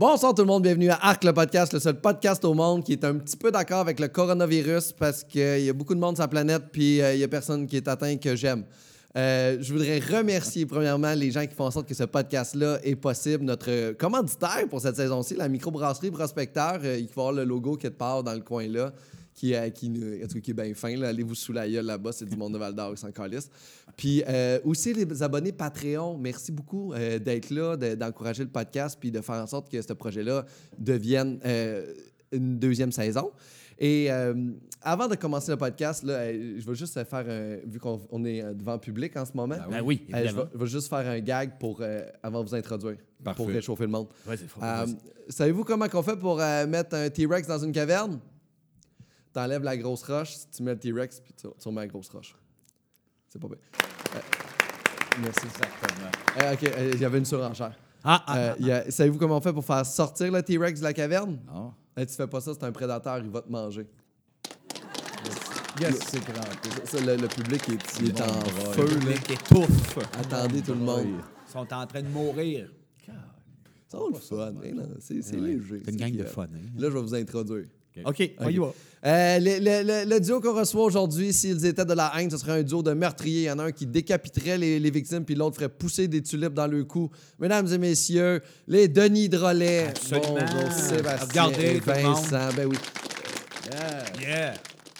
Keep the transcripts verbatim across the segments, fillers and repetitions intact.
Bonsoir tout le monde, bienvenue à Arc le podcast, le seul podcast au monde qui est un petit peu d'accord avec le coronavirus parce qu'il y a beaucoup de monde sur la planète puis euh, il y a personne qui est atteint que j'aime. Euh, je voudrais remercier premièrement les gens qui font en sorte que ce podcast-là est possible. Notre commanditaire pour cette saison-ci, la microbrasserie Prospecteur, euh, il faut voir le logo qui est de part dans le coin là. Qui, euh, qui, en tout cas, qui est bien fin. Là. Allez-vous sous la gueule là-bas, c'est du monde de Val-d'Or qui s'en calisse. Puis euh, aussi les abonnés Patreon, merci beaucoup euh, d'être là, de, d'encourager le podcast puis de faire en sorte que ce projet-là devienne euh, une deuxième saison. Et euh, avant de commencer le podcast, là, euh, je vais juste faire un... Vu qu'on on est devant le public en ce moment, ben oui, euh, je, vais, je vais juste faire un gag pour, euh, avant de vous introduire, Parfait. Pour réchauffer le monde. Ouais, c'est fort, euh, savez-vous comment on fait pour euh, mettre un T-Rex dans une caverne? T'enlèves la grosse roche, tu mets le T-Rex, puis tu, tu remets la grosse roche. C'est pas bien. Euh, merci. Exactement. Euh, OK, il euh, y avait une surenchère. Ah, ah, euh, ah, y a, savez-vous comment on fait pour faire sortir le T-Rex de la caverne? Non. Euh, tu fais pas ça, c'est un prédateur, il va te manger. Yes, c'est grand. Ça, le, le public est, il est en bon, feu. Le Là. public étouffe. Attendez tout le monde. Ils sont en train de mourir. C'est le fun. Mais non, c'est, c'est ouais. léger. C'est une gang qui, de euh, fun. Hein? Là, je vais vous introduire. OK, okay. on y va. Euh, le, le, le, le duo qu'on reçoit aujourd'hui, s'ils étaient de la haine, ce serait un duo de meurtriers. Il y en a un qui décapiterait les, les victimes, puis l'autre ferait pousser des tulipes dans le cou. Mesdames et messieurs, les Denis Drolet. Absolument. Bonjour, Sébastien. Regardez, et Vincent. Ben oui. Yeah. yeah.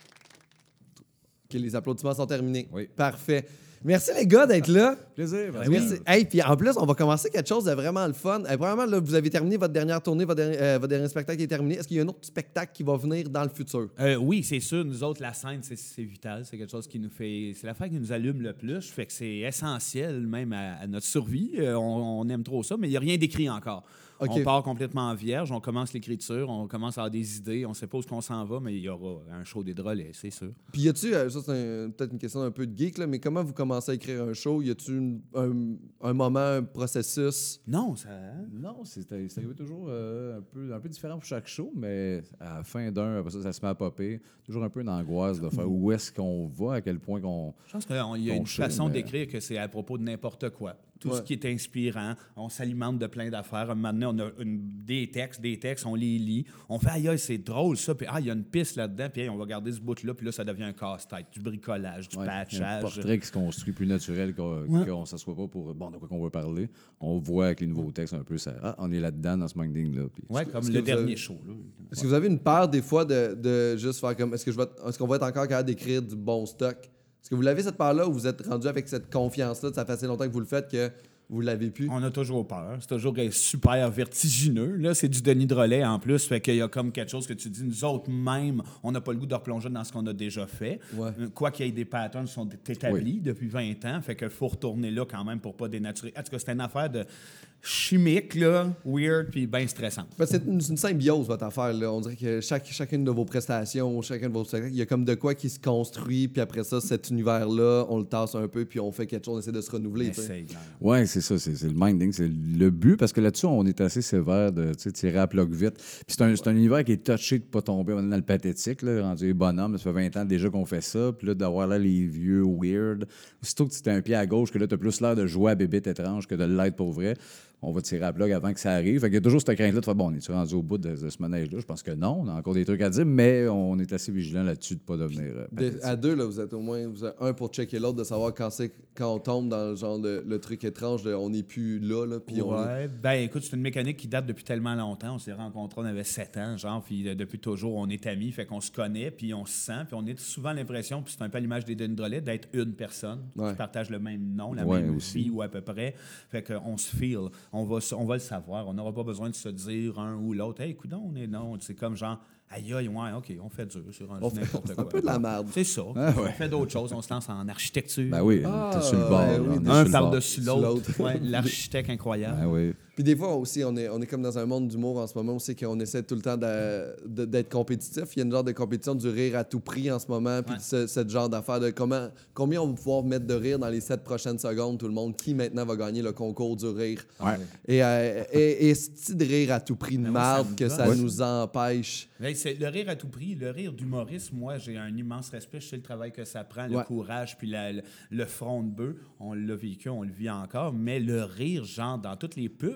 OK, les applaudissements sont terminés. Oui. Parfait. Merci les gars d'être là. Plaisir. Ben merci. Oui. Hey, puis en plus, on va commencer quelque chose de vraiment le fun. Hey, premièrement, là, vous avez terminé votre dernière tournée, votre dernier, euh, votre dernier spectacle est terminé. Est-ce qu'il y a un autre spectacle qui va venir dans le futur? Euh, oui, c'est sûr. Nous autres, la scène, c'est, c'est vital. C'est quelque chose qui nous fait... C'est l'affaire qui nous allume le plus. Fait que c'est essentiel même à, à notre survie. Euh, on, on aime trop ça, mais il n'y a rien d'écrit encore. Okay. On part complètement vierge, on commence l'écriture, on commence à avoir des idées, on ne sait pas où on s'en va, mais il y aura un show des Drolets, c'est sûr. Puis y a-tu, euh, ça c'est un, peut-être une question un peu de geek, là, mais comment vous commencez à écrire un show? Y a-tu une, un, un moment, un processus? Non, ça... Non, c'est, c'est arrivé toujours euh, un, peu, un peu différent pour chaque show, mais à la fin d'un, après ça, ça se met à popper. Toujours un peu une angoisse de faire où est-ce qu'on va, à quel point qu'on... Je pense qu'il y a une chine, façon mais... d'écrire que c'est à propos de n'importe quoi. Tout ouais. ce qui est inspirant, on s'alimente de plein d'affaires. Un moment donné, on a une, des textes, des textes, on les lit. On fait « Aïe, c'est drôle ça », puis « Ah, il y a une piste là-dedans », puis hey, on va garder ce bout-là, puis là, ça devient un casse-tête, du bricolage, du ouais, patchage. Un portrait qui se construit plus naturel qu'on ouais. ne s'assoit pas pour « Bon, de quoi qu'on veut parler ». On voit avec les nouveaux textes un peu, ça, ah, on est là-dedans dans ce minding-là. Oui, comme le dernier avez... show. Là. Est-ce que vous avez une peur des fois de, de juste faire comme « Est-ce que je vais est-ce qu'on va être encore capable d'écrire du bon stock ». Est-ce que vous l'avez cette peur-là ou vous êtes rendu avec cette confiance-là, ça fait assez longtemps que vous le faites que vous l'avez pu? On a toujours peur. C'est toujours super vertigineux. Là, c'est du Denis Drolet en plus. Fait qu'il y a comme quelque chose que tu dis, nous autres même, on n'a pas le goût de replonger dans ce qu'on a déjà fait. Ouais. Quoi qu'il y ait des patterns qui sont établis oui. depuis vingt ans. Fait qu'il faut retourner là quand même pour pas dénaturer. En tout cas, c'est une affaire de chimique, là, weird, puis bien stressante. C'est une, une symbiose, votre affaire. Là. On dirait que chaque, chacune de vos prestations, chacun de vos spectacles, il y a comme de quoi qui se construit, puis après ça, cet univers-là, on le tasse un peu, puis on fait quelque chose, on essaie de se renouveler. Oui, c'est ça, c'est, c'est le minding, c'est le but, parce que là-dessus, on est assez sévère de tirer à plug vite. Puis c'est un, c'est un univers qui est touché de ne pas tomber dans le pathétique, là, rendu les bonhommes, ça fait vingt ans déjà qu'on fait ça, puis là, d'avoir là les vieux weird. Aussitôt que tu as un pied à gauche, que là, tu as plus l'air de jouer à bébête étrange que de l'être pour vrai. On va tirer à plug avant que ça arrive. Fait qu'il y a toujours cette crainte-là de faire, bon, on est-tu rendu au bout de, de ce manège-là? Je pense que non. On a encore des trucs à dire, mais on est assez vigilant là-dessus de ne pas devenir... Euh, de, à deux, là, vous êtes au moins vous êtes un pour checker l'autre, de savoir quand c'est quand on tombe dans le genre de, le truc étrange, de, on n'est plus là, là puis ouais. on est... Ben écoute, c'est une mécanique qui date depuis tellement longtemps. On s'est rencontrés, on avait sept ans, genre, puis euh, depuis toujours, on est amis, fait qu'on se connaît, puis on se sent, puis on a souvent l'impression, puis c'est un peu à l'image des Denis Drolet, d'être une personne ouais. qui partage le même nom, la ouais, même aussi. vie ou à peu près. Fait qu'on se feel, on va, on va le savoir. On n'aura pas besoin de se dire un ou l'autre. Hey, coudonc, on est non. C'est comme genre, aïe, aïe, ouais, OK, on fait dur sur un on n'importe fait, quoi. un peu de la merde. C'est ça. Ah, ouais. On fait d'autres choses. On se lance en architecture. Ben oui, ah, t'es sur le bord. Ben oui, un par-dessus l'autre. Ouais, l'architecte incroyable. Ben oui. Puis des fois aussi, on est, on est comme dans un monde d'humour en ce moment aussi qu'on essaie tout le temps de, de, d'être compétitif. Il y a une genre de compétition du rire à tout prix en ce moment. Puis ouais. ce, ce genre d'affaire de comment, combien on va pouvoir mettre de rire dans les sept prochaines secondes, tout le monde. Qui maintenant va gagner le concours du rire? Ouais. Et, euh, et, et c'est de rire à tout prix de marde que ça ouais. nous empêche. Ben, c'est le rire à tout prix. Le rire d'humoriste, moi, j'ai un immense respect. Je sais le travail que ça prend, le ouais. courage, puis la, le, le front de bœuf. On l'a vécu, on le vit encore. Mais le rire, genre, dans toutes les pubs,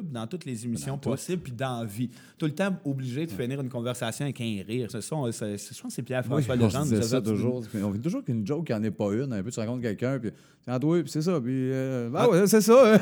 pub, dans toutes les émissions possibles, puis dans la vie. Tout le temps obligé de finir une conversation avec un rire. C'est ça, on, c'est, je pense que c'est Pierre-François Oui, Legendre. on disait ça toujours. On fait toujours qu'une joke qui n'en est pas une. Un peu, tu rencontres quelqu'un, puis tiens, toi, puis c'est ça. Puis, euh, ah ouais, c'est ça.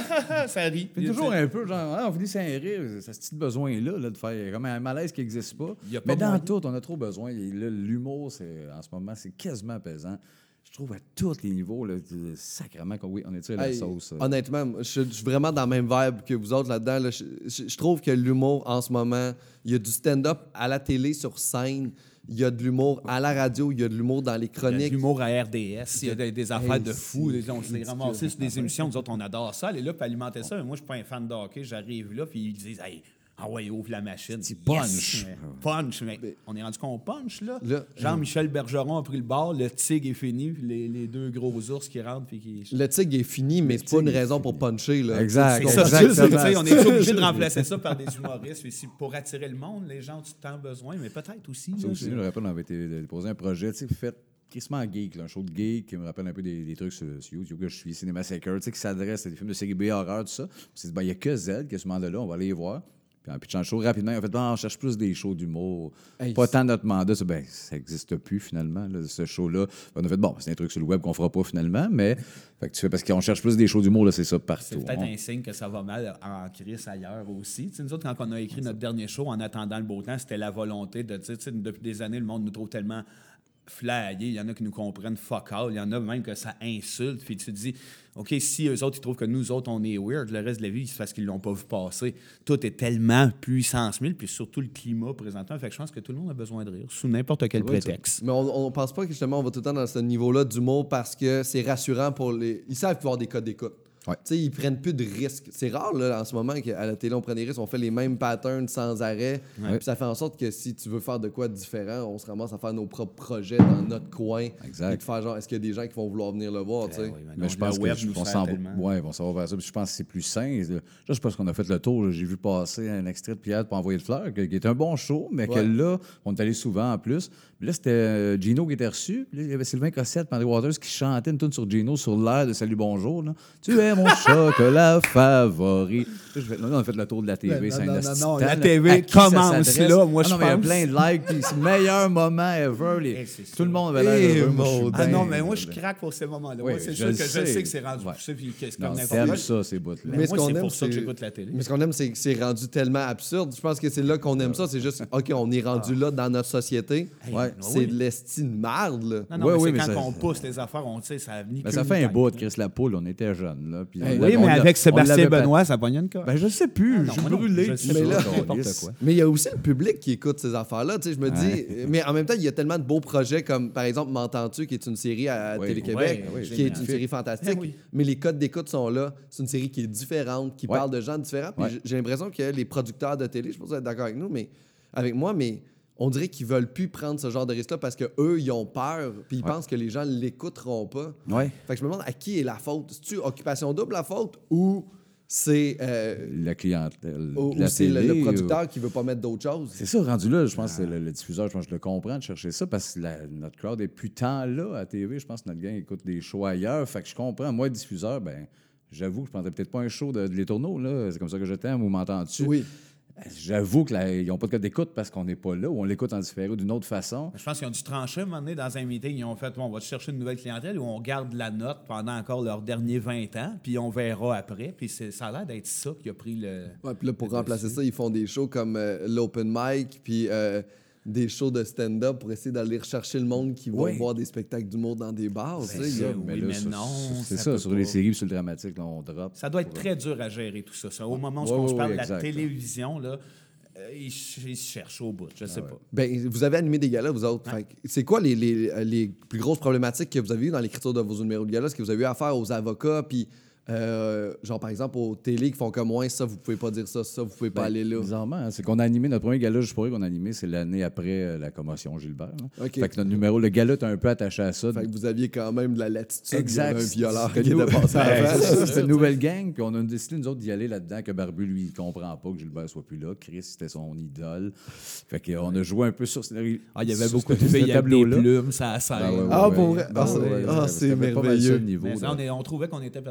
Ça rit. Puis toujours un peu, genre, ah, on finit sans rire. C'est ce petit besoin-là, là, de faire comme un malaise qui n'existe pas. pas Mais dans moyen. tout, on a trop besoin. Et là, l'humour, c'est, en ce moment, c'est quasiment apaisant. Je trouve à tous les niveaux, là, sacrément, oui, on est tiré la Hey, sauce. euh. Honnêtement, je, je suis vraiment dans la même vibe que vous autres là-dedans. là. Je, je- je trouve que l'humour, en ce moment, il y a du stand-up à la télé, sur scène. Il y a de l'humour à la radio. Il y a de l'humour dans les Il y a de chroniques. l'humour à R D S, il y a des, des affaires Hey, de fous. c'est On s'est ramassé sur des émissions, nous autres, on adore ça. Aller là, puis alimenter ça. Mais moi, je suis pas un fan de hockey. J'arrive là, puis ils disent, hey, ah ouais, ouvre la machine. Petit Yes! punch. Mais punch. Mais on est rendu qu'on punch, là. Là, Jean-Michel Bergeron a pris le bord, le tigre est fini, puis les, les deux gros ours qui rentrent. Puis qui... Le tigre est fini, mais c'est pas une tigre est raison pour puncher. Là. Exact. C'est ça, Exactement. c'est- tu sais, on est obligé de remplacer ça par des humoristes. Puis si- pour attirer le monde, les gens ont du temps besoin, mais peut-être aussi. Ça là, aussi, c'est- je me rappelle, on avait été déposé un projet, tu sais, fait crissement geek, là, un show de geek qui me rappelle un peu des, des trucs sur, sur YouTube que je suis, Cinéma Massacre, tu sais, qui s'adresse à des films de série B, horreur, tout ça. Puis c'est dit, ben, il n'y a que Z qui est ce mandat-là, on va aller les voir. Puis en pitchant le show rapidement, en fait, ben, on cherche plus des shows d'humour. Hey, pas tant notre mandat, ça, ben, ça n'existe plus finalement, là, ce show-là. On a fait, bon, c'est un truc sur le web qu'on fera pas finalement, mais fait que tu fais parce qu'on cherche plus des shows d'humour, là, c'est ça partout. C'est peut-être On- un signe que ça va mal en crise ailleurs aussi. Tu sais, nous autres, quand on a écrit notre dernier show, En attendant le beau temps, c'était la volonté de dire, tu sais, depuis des années, le monde nous trouve tellement flyés. Il y en a qui nous comprennent fuck all. Il y en a même que ça insulte. Puis tu te dis, OK, si eux autres, ils trouvent que nous autres, on est weird, le reste de la vie, c'est parce qu'ils l'ont pas vu passer. Tout est tellement puissance mille, puis surtout le climat présentement. Fait que je pense que tout le monde a besoin de rire, sous n'importe quel Ouais, prétexte. Mais on, on pense pas que justement on va tout le temps dans ce niveau-là d'humour parce que c'est rassurant pour les. Ils savent avoir des codes d'écoute. Ouais. Tu sais, ils prennent plus de risques. C'est rare là, en ce moment qu'à la télé on prend des risques, on fait les mêmes patterns sans arrêt. Ouais. Puis ça fait en sorte que si tu veux faire de quoi de différent, on se ramasse à faire nos propres projets dans notre coin. Exact. Et de faire genre, est-ce qu'il y a des gens qui vont vouloir venir le voir, tu sais? Eh oui, Mais je pense le web que je- nous on sert s'en va, tellement. ouais, on s'en va vers ça. Puis je pense que c'est plus sain. Là, je pense qu'on a fait le tour. là. J'ai vu passer un extrait de Pierre pour envoyer de fleurs, que- qui est un bon show, mais que Ouais. là, on est allé souvent en plus. Puis là, c'était euh, Gino qui était reçu. Puis là, il y avait Sylvain Cossette, André Waters qui chantait une tune sur Gino sur l'air de Salut Bonjour. Là. Tu es mon chocolat favori. Là, je fais- là, on a fait le tour de la T V. Ben, c'est non, un non, asti non, de la temps, T V à qui ça commence s'adresse? là, moi, Ah je non, mais il y a pense. plein de likes. Puis c'est le meilleur moment ever. Les- Eh, c'est Tout ça. le monde avait l'air Eh, heureux. Moi, je suis mon Ah bien- non, mais moi, je craque pour ces moments-là. Oui, moi, c'est je sûr le que je sais. sais que c'est rendu Ouais. poussé, puis que c'est Non, comme t'aimes n'importe ça, ces bouts-là. Mais Mais ce moi, qu'on c'est aime, pour ça que c'est- j'écoute la télé. Mais ce qu'on aime, c'est que c'est rendu tellement absurde. Je pense que c'est là qu'on aime ça. C'est juste, OK, on est rendu là dans notre société. Hey, Ouais. ben C'est oui. de l'esti de marde, là. Non, non, Ouais, mais oui, c'est mais quand ça- on pousse les affaires, on sait, ça a venu Ben, que ça une fait un tête. bout de Chris Lapoule, on était jeunes. Là, puis Hey, on Oui, l'a- mais on l'a- avec on Sébastien l'avait pas- Benoît, ça pogne une coche. Ben, je sais plus, Ah, non, je suis moi non, brûlé. je tout sais ça, pas, câlisse. n'importe quoi. Mais il y a aussi le public qui écoute ces affaires-là. Tu sais, je me dis, Ouais. mais en même temps, il y a tellement de beaux projets comme, par exemple, M'entends-tu, qui est une série à Oui, Télé-Québec, oui, oui, qui est génial. une série fantastique. Eh oui. Mais les codes d'écoute sont là. C'est une série qui est différente, qui Ouais. parle de gens différents. Puis Ouais. j- j'ai l'impression que les producteurs de télé, je pense que vous êtes d'accord avec nous, mais avec moi, mais on dirait qu'ils veulent plus prendre ce genre de risque-là parce qu'eux, ils ont peur, puis ils Ouais. pensent que les gens l'écouteront pas. Ouais. Fait que je me demande à qui est la faute. C'est-tu Occupation Double la faute ou c'est euh, La clientèle. ou, la ou c'est le, télé, le ou- producteur qui veut pas mettre d'autres choses? C'est ça, rendu là, je pense que c'est le, le diffuseur, je pense que je le comprends de chercher ça parce que la- notre crowd est plus tant là à la T V. Je pense que notre gang écoute des shows ailleurs. Fait que je comprends. Moi, diffuseur, ben j'avoue que je prendrais peut-être pas un show de, de Les Tourneaux, là. C'est comme ça que je t'aime ou m'entends-tu? Oui. J'avoue qu'ils n'ont pas de code d'écoute parce qu'on n'est pas là ou on l'écoute en différé d'une autre façon. Je pense qu'ils ont dû trancher un moment donné dans un meeting. Ils ont fait, bon, on va chercher une nouvelle clientèle ou on garde la note pendant encore leurs derniers vingt ans, puis on verra après. Puis c'est- ça a l'air d'être ça qui a pris le. Ouais, puis là, pour le remplacer dessus. ça, ils font des shows comme euh, l'open mic, puis euh, des shows de stand-up pour essayer d'aller rechercher le monde qui va Oui. voir des spectacles d'humour dans des bars. tu sais. c'est Il y a- ça. Oui, mais ça, non, C'est ça ça, peut sur pas. les séries et sur le dramatique, là, on drop. Ça doit être très dur à gérer tout ça. ça. Au moment où Ouais, on ouais, se parle ouais, de la exact. télévision, là, euh, ils, ch- ils se cherchent au bout. Je sais pas. Ben, vous avez animé des galas, vous autres. Fait que c'est quoi les, les, les plus grosses problématiques que vous avez eues dans l'écriture de vos numéros de gala? Est-ce que vous avez eu affaire aux avocats, puis euh, genre par exemple aux télés qui font comme moi, ça, vous pouvez pas dire ça, ça, vous pouvez pas Ben, aller là. Bizarrement, hein, c'est qu'on a animé notre premier gala juste pour rire qu'on a animé, c'est l'année après euh, la commotion Gilbert. hein. OK. Fait que notre numéro, le gala est un peu attaché à ça. Fait que vous aviez quand même de la latitude. Exact. Il y avait un violeur C'était qui nous- était passé Ouais, avant. c'est ça, là. C'était une nouvelle gang, puis on a décidé, nous autres, d'y aller là-dedans, que Barbu, lui, il comprend pas que Gilbert soit plus là. Chris, c'était son idole. Fait qu'on a joué un peu sur ce Ah, il y avait sur beaucoup de ce- ce filles avec des tableau-là. plumes, ça a Ah, ouais, ouais, Ah, ouais. pour vrai? Ben Ah, c'est- ouais, ouais, ah, ouais, c'est c'était pas mal ça, merveilleux. le niveau. Mais ça, là. on, est- on trouvait qu'on était peut-être les seuls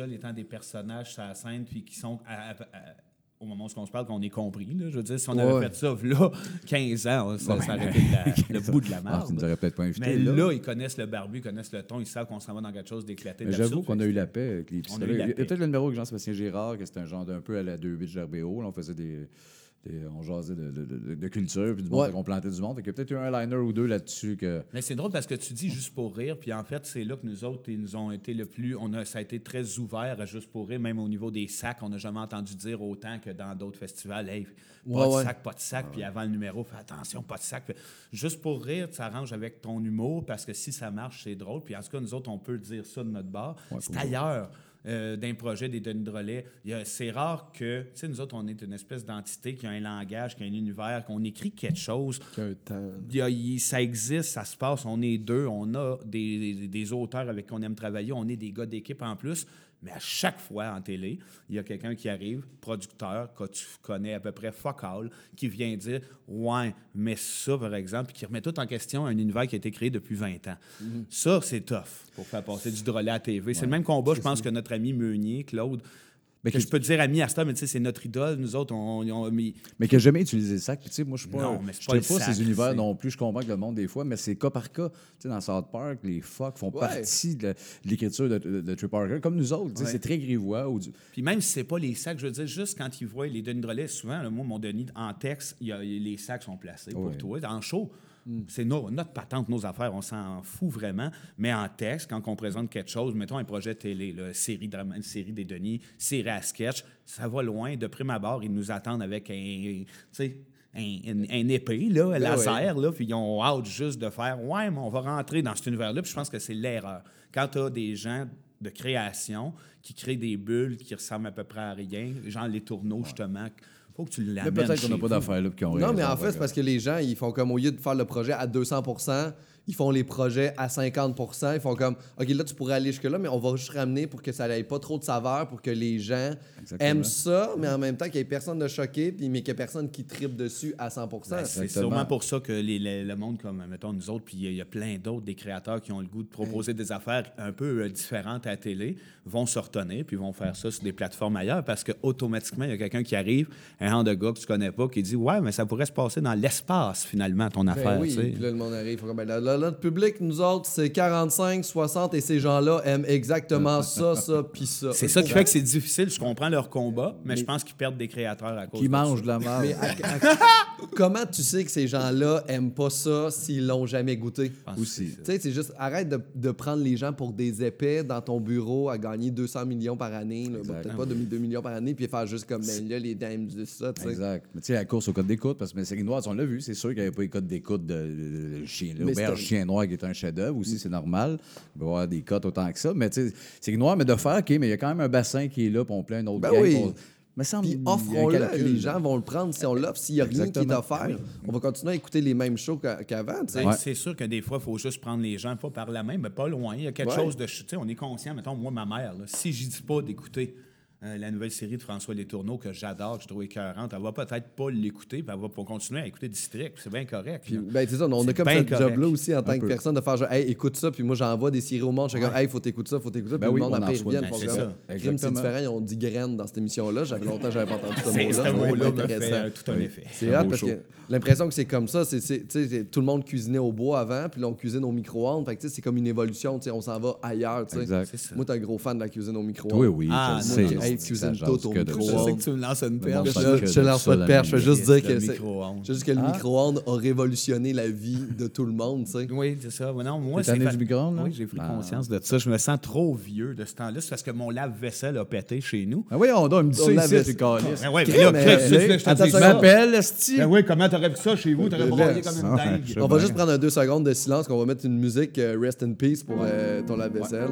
seuls étant des personnages sur la scène, puis qui sont... À, à, à, au moment où on se parle, qu'on est compris. Là. Je veux dire, si on avait ouais. fait ça, là, quinze ans, ça, ouais, ça aurait été la, le bout de la marde. Ah, tu nous aurais peut-être pas invité. Mais là, là, ils connaissent le barbu, ils connaissent le ton, ils savent qu'on s'en va dans quelque chose d'éclaté. Mais j'avoue qu'on a eu la paix avec les pistolets. Il y a peut-être le numéro avec Jean-Sébastien Girard, qui c'était un genre d'un peu à la deux huit G R B O. Là, on faisait des... Des, on jasait de, de, de, de culture, puis du monde, ouais. qu'on plantait du monde. Il y a peut-être eu un liner ou deux là-dessus. Que... Mais c'est drôle parce que tu dis juste pour rire, puis en fait, c'est là que nous autres, ils nous ont été le plus. On a, ça a été très ouvert à juste pour rire, même au niveau des sacs. On n'a jamais entendu dire autant que dans d'autres festivals. Hey, pas ouais, de ouais. sac, pas de sac. Ouais. Puis avant le numéro, fais attention, pas de sac. Puis, juste pour rire, tu s'arranges avec ton humour parce que si ça marche, c'est drôle. Puis en tout cas, nous autres, on peut dire ça de notre bar. Ouais, c'est ailleurs. Euh, d'un projet des Denis Drolet. Il y a, c'est rare que, tu sais, nous autres, on est une espèce d'entité qui a un langage, qui a un univers, qu'on écrit quelque chose. Qui a un temps. Il y a, il, ça existe, ça se passe, on est deux, on a des, des, des auteurs avec qui on aime travailler, on est des gars d'équipe en plus. Mais à chaque fois en télé, il y a quelqu'un qui arrive, producteur, que tu connais à peu près fuck all, qui vient dire « Ouais, mais ça, par exemple », puis qui remet tout en question un univers qui a été créé depuis vingt ans. Mm-hmm. Ça, c'est tough pour faire passer du Drolet à la T V. Ouais, c'est le même combat, je pense, ça. Que notre ami Meunier, Claude, mais que, que je peux te dire ami à Star, mais tu sais, c'est notre idole. Nous autres, on, on, on mis... Mais qui n'a jamais utilisé le sac. Puis tu sais, moi, je ne suis pas, non, mais je pas, pas sac, ces univers c'est... non plus. Je comprends que le monde, des fois, mais c'est cas par cas. Tu sais, dans South Park, les fuck font ouais. partie de, la, de l'écriture de, de, de Trey Parker, comme nous autres. Ouais. C'est très grivois. Ou du... Puis même si c'est pas les sacs, je veux dire, juste quand ils voient les Denis Drolet, souvent, là, moi, mon Denis, en texte, y a, les sacs sont placés ouais. pour toi. En show, Mm. c'est no, notre patente, nos affaires, on s'en fout vraiment. Mais en texte, quand on présente quelque chose, mettons un projet télé, là, série drama, une série des Denis, série à sketch, ça va loin. De prime abord, ils nous attendent avec un, tu sais, un, un, un épée, là, un laser, ouais. là, puis ils ont hâte juste de faire « Ouais, mais on va rentrer dans cet univers-là. » Puis je pense que c'est l'erreur. Quand tu as des gens de création qui créent des bulles qui ressemblent à peu près à rien, genre les tourneaux, ouais. justement... Faut que tu l'amènes. Mais peut-être qu'on n'a pas d'affaires là qui ont Non, mais en fait, c'est parce que les gens, ils font comme au lieu de faire le projet à deux cents pour cent, ils font les projets à cinquante pour cent. Ils font comme, OK, là, tu pourrais aller jusque-là, mais on va juste ramener pour que ça n'ait pas trop de saveur, pour que les gens Exactement. Aiment ça, mais en même temps qu'il n'y ait personne de choqué, puis, mais qu'il n'y ait personne qui tripe dessus à cent pour cent. Ben, c'est sûrement pour ça que les, les, le monde, comme, mettons, nous autres, puis il y, y a plein d'autres, des créateurs qui ont le goût de proposer des affaires un peu euh, différentes à la télé, vont se retenir, puis vont faire ça sur des plateformes ailleurs, parce qu'automatiquement, il y a quelqu'un qui arrive, un genre de gars que tu connais pas, qui dit « Ouais, mais ça pourrait se passer dans l'espace, finalement, ton ben affaire. » Oui, puis là, le monde arrive. Ben, là, là, notre public, nous autres, c'est quarante-cinq, soixante, et ces gens-là aiment exactement ça, ça, puis ça. C'est ça qui fait que c'est difficile. Je comprends leur combat, mais, mais je pense qu'ils perdent des créateurs à cause qui de mangent ça. de la merde. Mais à, à, comment tu sais que ces gens-là aiment pas ça s'ils l'ont jamais goûté? Aussi. Tu sais, c'est juste, arrête de, de prendre les gens pour des épais dans ton bureau à gagner deux cents millions par année, là, bon, peut-être pas deux millions par année, puis faire juste comme, ben là, les dames de ça, tu sais. Exact. Mais tu sais, la course au code d'écoute, parce que mais Série Noire, on l'a vu, c'est sûr qu'il n'y avait pas les codes d'écoute de, de, de chien. L'auberge Chien Noir qui est un chef-d'œuvre aussi, mm. c'est normal. Il va y avoir des cotes autant que ça. Mais tu sais, Série Noire, mais de faire, OK, mais il y a quand même un bassin qui est là, puis on plein un autre ben gang. Oui. On... Mais ça, puis offrons-le, les gens vont le prendre si on l'offre. S'il n'y a rien Exactement. Qui est offert, oui. on va continuer à écouter les mêmes shows qu'avant. Ben, ouais. C'est sûr que des fois, il faut juste prendre les gens, pas par la main, mais pas loin. Il y a quelque ouais. chose de... Tu sais, on est conscient, mettons, moi, ma mère, là, si je dis pas d'écouter euh, la nouvelle série de François Letourneau que j'adore, que je trouve écœurante, elle va peut-être pas l'écouter, puis elle va pour continuer à écouter District. C'est bien correct. Puis, ben, c'est ça, on a comme ce job-là aussi en tant que personne de faire genre, hey, écoute ça, puis moi, j'envoie des séries au monde, je suis comme, hey, faut t'écouter ça, faut t'écouter ça, puis ben le oui, monde après, ils reviennent. C'est ça. Crime, c'est différent, ils ont dit graine dans cette émission-là. J'avais longtemps que j'avais pas entendu ce mot-là. Ce mot-là me fait tout un effet. C'est hâte parce que l'impression que c'est comme ça, c'est tout le monde cuisinait au bois avant, puis là, on cuisine au micro-ondes. Fait que c'est comme une évolution, on s'en va ailleurs. Moi, t'es un gros fan de la cuisine au micro-ondes. Oui, oui, je sais. Hey, cuisine tout. Je sais que tu me lances une perche. Je, je te lance pas de perche. Je veux juste dire que, juste que le ah. micro-ondes a révolutionné la vie de tout le monde. T'sais. Oui, c'est ça. Non, moi, c'est fait... du micro-ondes? Oui, j'ai pris ah. conscience de ça. Je me sens trop vieux de ce temps-là. C'est parce que mon lave-vaisselle a pété chez nous. Ah oui, on doit me dire ça ici, ben oui, mais là, mais... Attends, tu m'appelles, Esti? Ben oui, comment t'aurais vu ça chez vous? T'aurais broyé comme une dingue. On va juste prendre un deux secondes de silence qu'on va mettre une musique Rest in Peace pour ton lave-vaisselle.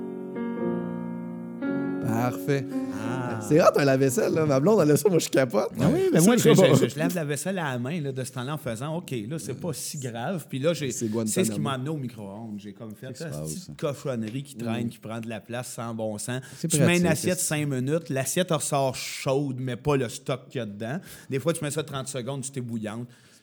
Parfait. Ah. C'est rare un lave-vaisselle, là. Ma blonde, elle a ça, moi, je capote. Ah oui, mais moi, je, je, je lave la vaisselle à la main là, de ce temps-là en faisant OK, là, c'est pas si grave. Puis là, j'ai, c'est, c'est ce qui m'a amené au micro-ondes. J'ai comme fait cette petite cochonnerie qui traîne, mmh. qui prend de la place sans bon sens. C'est tu pratique, mets une assiette cinq minutes, l'assiette ressort chaude, mais pas le stock qu'il y a dedans. Des fois, tu mets ça trente secondes, tu t'es bouillante.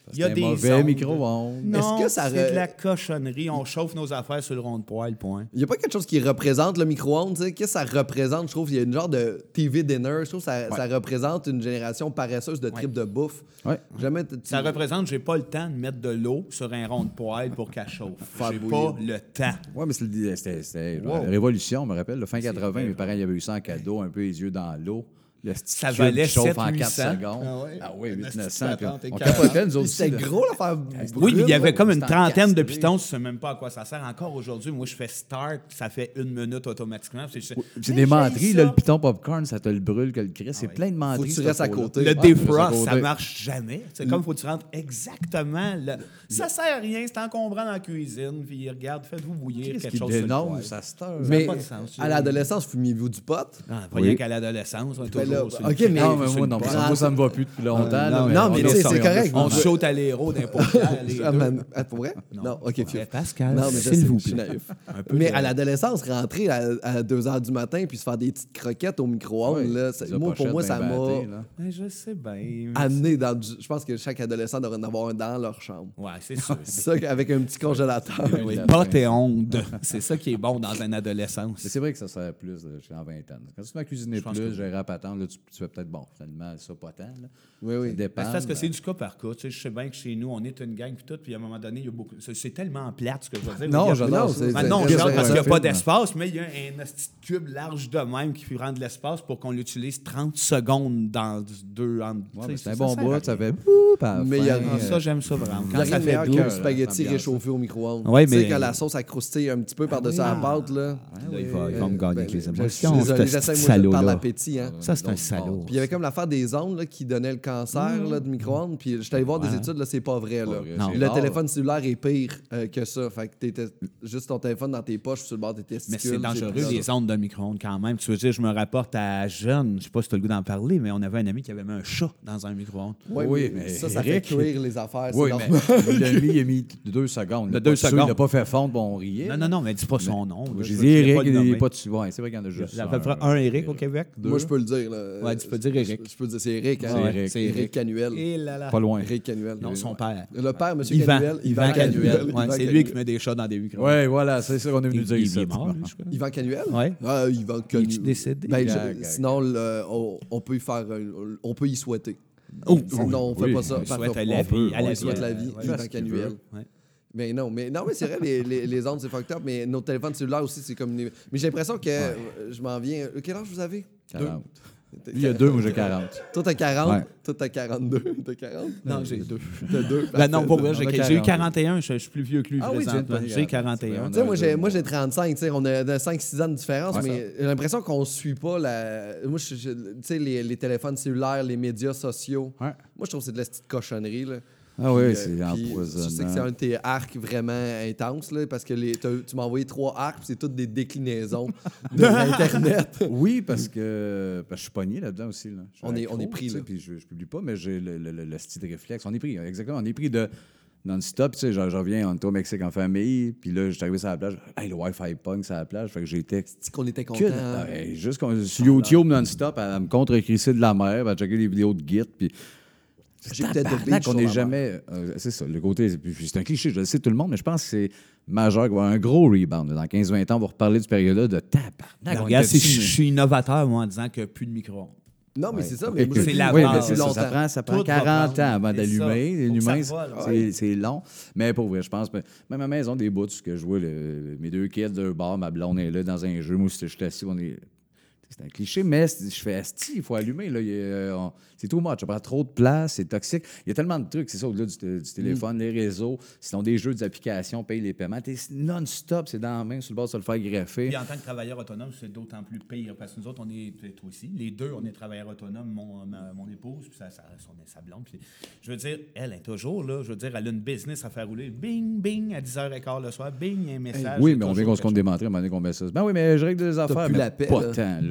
Il y a C'est un des mauvais ondes. micro-ondes. Non, Est-ce que ça c'est re- de la cochonnerie. On chauffe nos affaires sur le rond de poêle, point. Il n'y a pas quelque chose qui représente le micro-ondes, tu sais. Qu'est-ce que ça représente? Je trouve qu'il y a une genre de T V dinner. Je trouve que ça, Ouais. ça représente une génération paresseuse de tripes de bouffe. Ouais. Jamais t- tu- Ça représente, j'ai pas le temps de mettre de l'eau sur un rond de poêle pour qu'elle chauffe. Faire J'ai bouillir. pas le temps. Oui, mais c'est le- c'était c'était Wow. la révolution, je me rappelle. Le fin C'est quatre-vingts, vrai. mes parents ils avaient eu ça en cadeau, un peu les yeux dans l'eau. Le petit Ça cube valait qui chauffe sept en huit quatre cents. secondes. Ah ouais. Ah oui, Une huit neuf petite cents. patente et On quarante. capotait, nous autres aussi. C'était là. gros l'affaire. Oui, mais il y avait comme une C'était en trentaine de castré. pitons, tu sais même pas à quoi ça sert. Encore aujourd'hui, moi, je fais start, ça fait une minute automatiquement. C'est C'est Mais des j'ai menteries, ça. là, le piton popcorn, ça te le brûle que le Chris. C'est ouais. plein de menteries. Faut que tu ce restes à pot-là. côté. Le Ouais, defrost, c'est ça côté. marche jamais. C'est comme faut que tu rentres exactement là. Ça sert à rien, c'est encombrant dans la cuisine. Puis regarde, faites-vous bouillir Qu'est-ce quelque qui chose sur le dénonce, poêle. ça se teur. Mais pas de sens. à l'adolescence, fumiez-vous du pot? Ah, pas Oui. rien qu'à l'adolescence, on est Ben là, toujours sur le ok, cul. mais- Non, mais sur moi, le non, poêle. moi, ça me va plus depuis longtemps. là, non, mais on tu est sais, sur- c'est correct. On On- saute à l'héros d'un paupière, les Ah, deux. man. Ah, pour vrai? Non, ok, Ouais, fiu. Pascal, Non, mais je s'il sais, vous je suis plaît. naïf. Un peu Mais de- à l'adolescence, rentrer à, à deux heures du matin puis se faire des petites croquettes au micro-ondes, Ouais, là, c'est- des moi, pour pochettes moi, bien ça m'a battées, là. Ben, je sais bien. amené dans du... Je pense que chaque adolescent devrait en avoir un dans leur chambre. Ouais, c'est sûr. C'est ça, avec un petit congélateur. Oui, la pas fin. tes ondes. C'est ça qui est bon dans une adolescence. Mais c'est vrai que ça sert plus euh, en vingtaine. Quand tu m'as cuisiné Je pense plus, que- gérer à patente, là, tu, tu fais peut-être bon, finalement, ça pas tant. Là. Oui, Ça oui. dépend. Ben, c'est parce que mais- c'est du cas par cas. Tu sais, je sais bien que chez nous, on est une gang puis tout, puis à un moment donné, il y a beaucoup. C'est, c'est tellement plate ce que je veux dire. Non, Il y a- j'adore non, ça. c'est- Ben c'est- non, c'est- genre, c'est- parce qu'il n'y a c'est- pas d'espace, mais il y a un petit cube large de même qui prend de l'espace pour qu'on l'utilise trente secondes dans deux. En, Ouais, tu sais, mais c'est ça un bon sert à bout, rien. ça fait boum, par Mais il y a- Ah, ça, j'aime ça vraiment. Il n'y Quand a ça rien de fait meilleur doux. qu'un spaghetti ambiance. réchauffé au micro-ondes. Ouais, Tu sais, mais- quand la sauce a croustillé un petit peu par-dessus la pâte, là. Là, il va, il va me gagner Ben, avec les je- émotions. Je suis désolé, ce j'essaie, petit moi, je parle salaud-là. l'appétit, hein. Ça, c'est un Donc, salaud. Puis il y avait comme l'affaire des ondes là, qui donnait le cancer là, du micro-ondes. Puis je suis allé voir des Ouais. études, là, c'est pas vrai. Là. Pas vrai, Non. c'est Le rare. téléphone cellulaire est pire euh, que ça. Fait que t'étais juste ton téléphone dans tes poches sur le bord de tes testicules. Mais c'est dangereux, plus les ondes d'un micro-ondes, quand même. Tu veux dire, je me rapporte à jeune, je sais pas si tu as le goût d'en parler, mais on avait un ami qui avait mis un chat dans un micro-ondes. Ouais, Oui, mais mais ça, ça Eric- fait cuire les affaires. Oui, c'est mais normal. il l'a mis, il a mis deux secondes. De Il a deux pas tué, secondes. Il n'a pas fait fondre, bon, on riait. Non, non, non, mais dis pas son nom. là. J'ai Je dit vais- je vais Eric, pas le il n'est nommer. pas dessus. Ouais, c'est vrai qu'il y en a juste Il y a à peu près un Eric au Québec. Deux. Moi, je peux le dire. Là. Ouais, tu peux dire Eric. Je, je peux dire, c'est Eric. Hein? C'est Ouais, Eric. C'est Eric Canuel. Et là là. Pas loin. Eric Canuel. Non, son père. Le père, M. Yvan. Canuel. Yvan Canuel. Ouais, Yvan c'est Canuel. lui qui met des chats dans des micro-ondes. Oui, voilà, c'est ça qu'on est venu Il, dire il ici. est mort, lui, je crois. Yvan Canuel? Ouais. Ah, Yvan Canuel. est-tu décédé? Ben, je- Gag, gag. sinon, le- on, on peut y faire. un- On peut y souhaiter. Oh, Sinon, on fait oui, pas ça. on Par souhaite contre, la on vie, peut. à la On vie, souhaite à la la- vie. ouais, Yvan ce qu'il Canuel. veut. Ouais. Mais non, mais non, mais c'est vrai, les, les, les ondes, c'est fucked up, mais nos téléphones cellulaires aussi, c'est comme. une- Mais j'ai l'impression que euh, je m'en viens. euh, Quel âge vous avez? quarante. Lui, il y a deux, moi j'ai quarante. Toi, t'as quarante. Ouais. Toi, t'as quarante-deux. T'as quarante? Non, j'ai deux. T'as deux. Ben non, pour vrai, On j'ai a j'ai eu quarante. quarante et un, je, je suis plus vieux que lui Ah oui, tu viens de présentement. pogner J'ai quarante. quarante et un. Tu sais, moi, j'ai, moi, j'ai trente-cinq, tu sais, on a de cinq six ans de différence, Ouais, mais j'ai l'impression qu'on suit pas la. Moi, je- je- tu sais, les, les téléphones cellulaires, les médias sociaux. Ouais. Moi, je trouve que c'est de la petite cochonnerie, là. Ah oui, Puis, c'est euh, puis empoisonnant. Je sais que c'est un de tes arcs vraiment intense, là, parce que les, t'as- tu m'as envoyé trois arcs, puis c'est toutes des déclinaisons de l'Internet. Oui, parce que, parce que je suis pogné là-dedans aussi. Là. Je suis On est- accro, on est pris, tu sais, là. Puis je, je publie pas, mais j'ai le, le, le, le style de réflexe. On est pris, exactement. On est pris de non-stop. Tu sais, je, je reviens, on était au Mexique en famille, puis là, j'étais arrivé sur la plage. Hey, le Wi-Fi pong sur la plage. Fait que j'étais. C'est qu'on était Que- content. Ah, hey, juste qu'on- sur YouTube non-stop, à, à me contre-crisser de la mer, à checker des vidéos de Git, puis. J'ai peut-être de Tabarnak, beach on sur n'est la mer. jamais. euh, c'est ça, le côté. puis C'est un cliché, je le sais tout le monde, mais je pense que c'est majeur qu'il va y avoir un gros rebound. Dans quinze vingt ans, on va reparler du période-là de tabarnak. on Regarde, était si je dessus, je suis innovateur, moi, en disant qu'il n'y a plus de micro-ondes. Non, mais Ouais. c'est ça. Ok, Mais moi, ok. je- C'est la Oui, base. mais c'est ça, ça Longtemps. prend, ça prend Tout va quarante prendre. ans avant C'est d'allumer. ça. Les Faut que humains, ça vole, c'est ouais. c'est long. Mais pour vrai, je pense, même à ma maison, des bouts, ce que je vois, le- mes deux kids d'un bar, ma blonde est là dans un jeu. Moi, je suis assis, on est. C'est un cliché, mais c'est- je fais asti, il faut allumer. Là. Il y a, euh, on- c'est too much. Ça prend trop de place, c'est toxique. Il y a tellement de trucs, c'est ça, au-delà du, du téléphone, Mm. les réseaux, sinon des jeux, des applications, paye les paiements. T'es non-stop, c'est dans la main, sur le bord de se le faire greffer. Puis en tant que travailleur autonome, c'est d'autant plus pire parce que nous autres, on est, toi aussi, les deux, on est travailleurs autonomes, mon, ma- mon épouse, puis sa, sa, son- sa blonde. Puis, je veux dire, elle est toujours là, je veux dire, elle a une business à faire rouler. Bing, bing, à dix heures quinze le soir, bing, il y a un message. Oui, c'est mais on toujours vient qu'on se quelque compte démontrer à un moment donné qu'on met ça. Ben oui, mais je règle des affaires. plus mais la paix, pas là. tant. Là.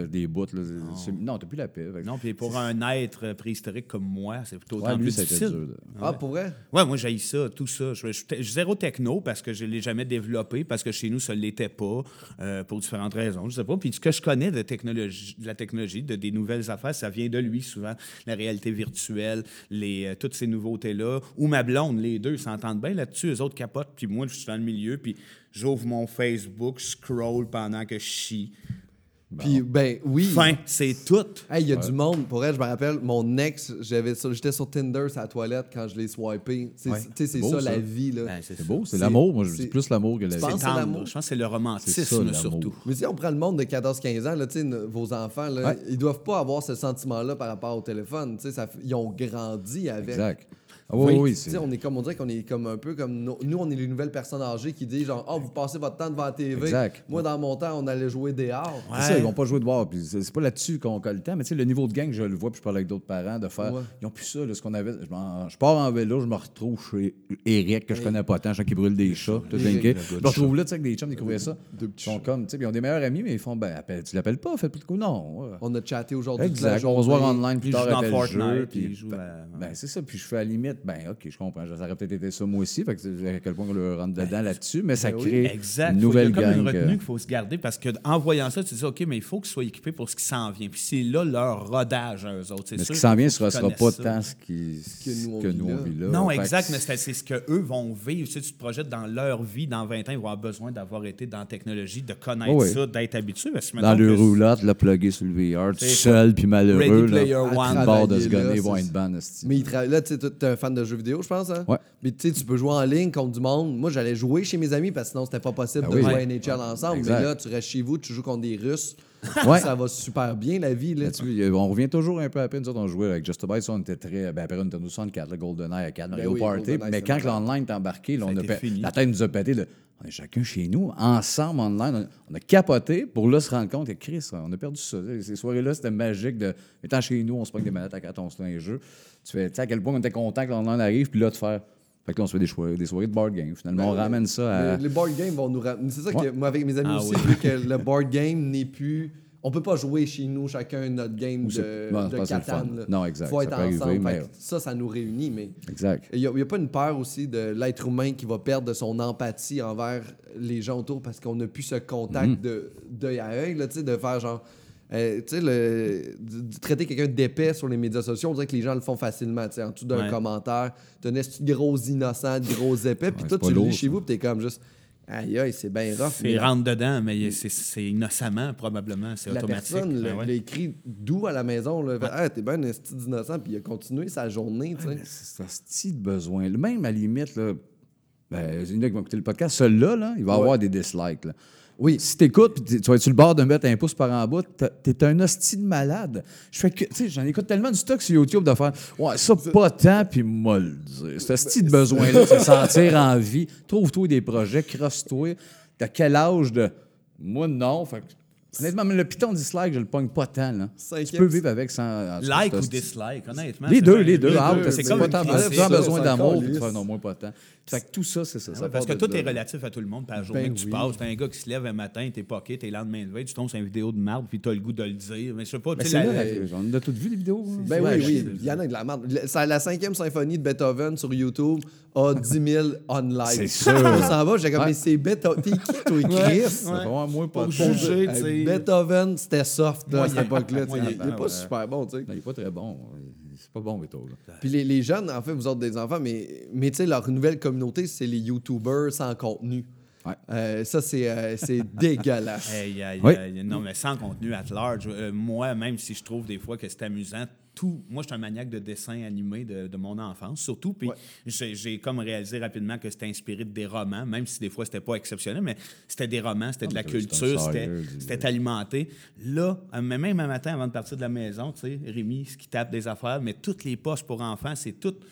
des bouts. Là. C'est- Non, t'as plus la paix. Fait que- Non, puis pour un être préhistorique comme moi, c'est plutôt Ouais, lui, plus ça a été difficile. dur, là. Ah, pour vrai? Ouais, moi, j'haïs ça, tout ça. Je je- je- zéro techno parce que je ne l'ai jamais développé, parce que chez nous, ça ne l'était pas, euh, pour différentes raisons, je sais pas. Puis ce que je connais de, technologie, de la technologie, de des nouvelles affaires, ça vient de lui souvent. La réalité virtuelle, les, euh, toutes ces nouveautés-là. Ou ma blonde, les deux s'entendent bien là-dessus. Eux autres capotent, puis moi, je suis dans le milieu, puis j'ouvre mon Facebook, je scroll pendant que je chie. Puis, ben oui. Fin, c'est tout. Hey, il y a du monde. Pour elle, je me rappelle, mon ex, j'avais ça- j'étais sur Tinder, sur la toilette, quand je l'ai swipé. C'est Ouais. tu sais, c'est C'est beau, ça, ça. la vie. Là. Ben, c'est C'est ça. beau, c'est C'est- l'amour. Moi, je c'est- dis plus l'amour que la Tu vie. penses? C'est C'est tendre. l'amour. Je pense que c'est le C'est ça, romantisme, l'amour. surtout. Mais si on prend le monde de quatorze quinze ans, là, tu sais, n- vos enfants, là, Ouais. ils doivent pas avoir ce sentiment-là par rapport au téléphone. Tu sais, ça f- ils ont grandi avec. Exact. Ah oui, oui, Tu c'est... sais, on est comme on dirait qu'on est comme un peu comme no- nous, on est les nouvelles personnes âgées qui disent genre, oh, vous passez votre temps devant la T V. Exact. Moi, dans mon temps, on allait jouer dehors. C'est ça, ils vont pas jouer dehors. Puis c'est c'est pas là-dessus qu'on colle le temps. Mais tu sais, le niveau de gang, je le vois, puis je parle avec d'autres parents, de faire. Ouais. Ils ont plus ça, là, ce qu'on avait. Je, m'en- je pars en vélo, je me retrouve chez Eric, que je connais pas tant, je sais qui brûle des chats, tout Eric, linké. le Je me retrouve là, tu sais, avec des chums, découvrir ça. Deux Ils petits sont chats. comme, tu sais, puis ils ont des meilleurs amis, mais ils font, ben, appelle, tu l'appelles pas, fais plus de coups. Non. ouais. On a chatté aujourd'hui. toute la Exact. On va se voir journée. online plus Puis ils tard jouent dans après le Fortnite, jeu. puis Puis, ils jouent ben, à- ben, c'est ça. Puis je fais à la limite, ben, OK, je comprends. Ça aurait peut-être été ça moi aussi. Fait que c'est à quel point on le rentre dedans là-dessus. Mais ça ben oui. crée Exact. une Faut- nouvelle il y a comme gang. une retenue que- qu'il faut se garder parce qu'en voyant ça, tu te dis, OK, mais il faut qu'ils soient équipés pour ce qui s'en vient. Puis c'est là leur rodage à eux autres. C'est Mais ce sûr qui s'en qu'il vient, faut ce ne qu'ils sera pas connaissent ça. tant ce qui, Que nous, on que vit nous, on là. vit là. Non, Fait que exact, mais c'est c'est ce qu'eux vont vivre. Tu sais, tu te projettes dans leur vie, dans vingt ans, ils vont avoir besoin d'avoir été dans la technologie, de connaître Oh oui. ça, d'être habitués. Parce que Dans mettons le que roulotte, le plugger sur le V R, tout C'est seul puis malheureux. Ready là, Player à One. le bord de se Travailler là, gonner, ils vont c'est- être ban, esti. Mais il travaille là, tu sais, t'es un fan de jeux vidéo, je pense, hein? Ouais. Mais tu sais, tu peux jouer en ligne contre du monde. Moi, j'allais jouer chez mes amis parce que sinon, c'était pas possible Ben de oui. jouer à Ouais. N H L ensemble. Exact. Mais là, tu restes chez vous, tu joues contre des Russes. Ouais. Ça va super bien, la vie, là. Là-dessus, il y a- on revient toujours un peu après. Nous autres, on jouait avec Just a Bite, ça, on était très. Ben, après Nintendo soixante-quatre, le GoldenEye à quatre, Mario oui, Party. GoldenEye, Mais c'est quand vrai. l'online est embarqué, là, Ça a on a été pe- fini. la tête nous a pété. Là. On est chacun chez nous, ensemble, online. On, on a capoté pour là se rendre compte que Chris, on a perdu ça. Ces soirées-là, c'était magique. De, étant chez nous, on se prend des manettes à quatre, on se fait un jeu. Tu fais, tu sais, à quel point on était content que l'online arrive, puis là, de faire. Fait que là, on se fait des soirées, des soirées de board game. Finalement, Ben on oui. ramène ça à. Les, les board games vont nous ramener. C'est ça Ouais. que moi, avec mes amis Ah aussi, oui. vu que le board game n'est plus. On peut pas jouer chez nous, chacun notre game Ou c'est- de, non, c'est de pas assez le Catan. fun. là. Non, exact, Faut ça être peut arriver, ensemble. mais- Fait que ça, ça nous réunit, mais. Exact. Il n'y a, pas une peur aussi de l'être humain qui va perdre de son empathie envers les gens autour parce qu'on n'a plus ce contact Mm-hmm. de d'œil à œil, là, tu sais, de faire genre. euh, tu sais, le- de, de traiter quelqu'un d'épais sur les médias sociaux, on dirait que les gens le font facilement. Tu sais, en dessous d'un Ouais. commentaire, t'as un esti de gros innocent, de gros épais, puis Ouais, toi, c'est pas tu le lis lourd, chez ça. vous, puis t'es comme juste. Aïe, aïe, c'est bien rough. c'est mais rentre dedans, mais c'est- c'est innocemment, probablement. C'est la automatique. personne Ben l'a ouais. l'a écrit d'où à la maison. Là, fait, ah, t'es bien un esti d'innocent, puis il a continué sa journée. tu sais. Mais C'est un style de besoin. Même à la limite, là, ben, il y en a qui vont écouter le podcast, celui-là, là, il va Ouais. avoir des dislikes. Là. Oui. Si t'écoutes, puis t'es- tu vas être sur le bord de mettre un pouce par en bas, t'as- t'es un hostie de malade. Je fais que, tu sais, j'en écoute tellement du stock sur YouTube de faire, ouais, ça pas tant, puis moi le dire. Ce style de besoin-là, c'est sentir en vie. Trouve-toi des projets, crosse-toi. T'as quel âge de. Moi, non. Fait que, honnêtement, même le piton dislike, je le pogne pas tant. Là. Tu Cinquième- peux vivre avec sans. Like sans- ou dislike, honnêtement. Les c'est deux, un- les deux. Ah, deux, t'as c'est c'est comme pas une tant critique, besoin ça, besoin c'est d'amour, encore puis tu lisse. fais non, moi pas tant. Fait que tout ça, c'est ça. ça Ouais, parce que part tout de est là. relatif à tout le monde. Par la journée Ben que tu oui. passes, t'as un gars qui se lève un matin, t'es poqué, t'es le lendemain de veille, tu tombes sur une vidéo de marde, puis t'as le goût de le dire. Mais je sais pas, Ben, tu c'est sais, là, la- la- on a toutes vu les vidéos. hein. Ben Ouais, oui, oui, je- il y en a de la merde. Le- ça- La cinquième symphonie de Beethoven sur YouTube a dix mille on-live. C'est sûr. On s'en va, j'ai comme, Ouais. mais c'est Beethoven. T'es qui, toi, Chris? Ça va avoir moins pas Pour de juger, Hey, tu sais. Beethoven, c'était soft là, à cette Moyen. époque-là. tu sais. Il il est Moyen. pas Ouais. super bon, tu sais. Non, il n'est pas très bon. C'est pas bon, Beto. Là. Puis les, les jeunes, en fait, vous autres des enfants, mais, mais tu sais, leur nouvelle communauté, c'est les YouTubers sans contenu. Ouais. Euh, ça, c'est euh, c'est dégueulasse. Aïe, aïe, Oui. aïe. Non, mais sans contenu at large. Euh, moi, même si je trouve des fois que c'est amusant, tout. Moi, je suis un maniaque de dessin animé de, de mon enfance, surtout. Puis Ouais. j'ai, j'ai comme réalisé rapidement que c'était inspiré de des romans, même si des fois, c'était pas exceptionnel, mais c'était des romans, c'était de la mais c'est un culture, c'était, sérieux, du- c'était alimenté. Là, euh, même un matin avant de partir de la maison, tu sais, Rémi, ce qui tape des affaires, mais toutes les poches pour enfants, c'est tout.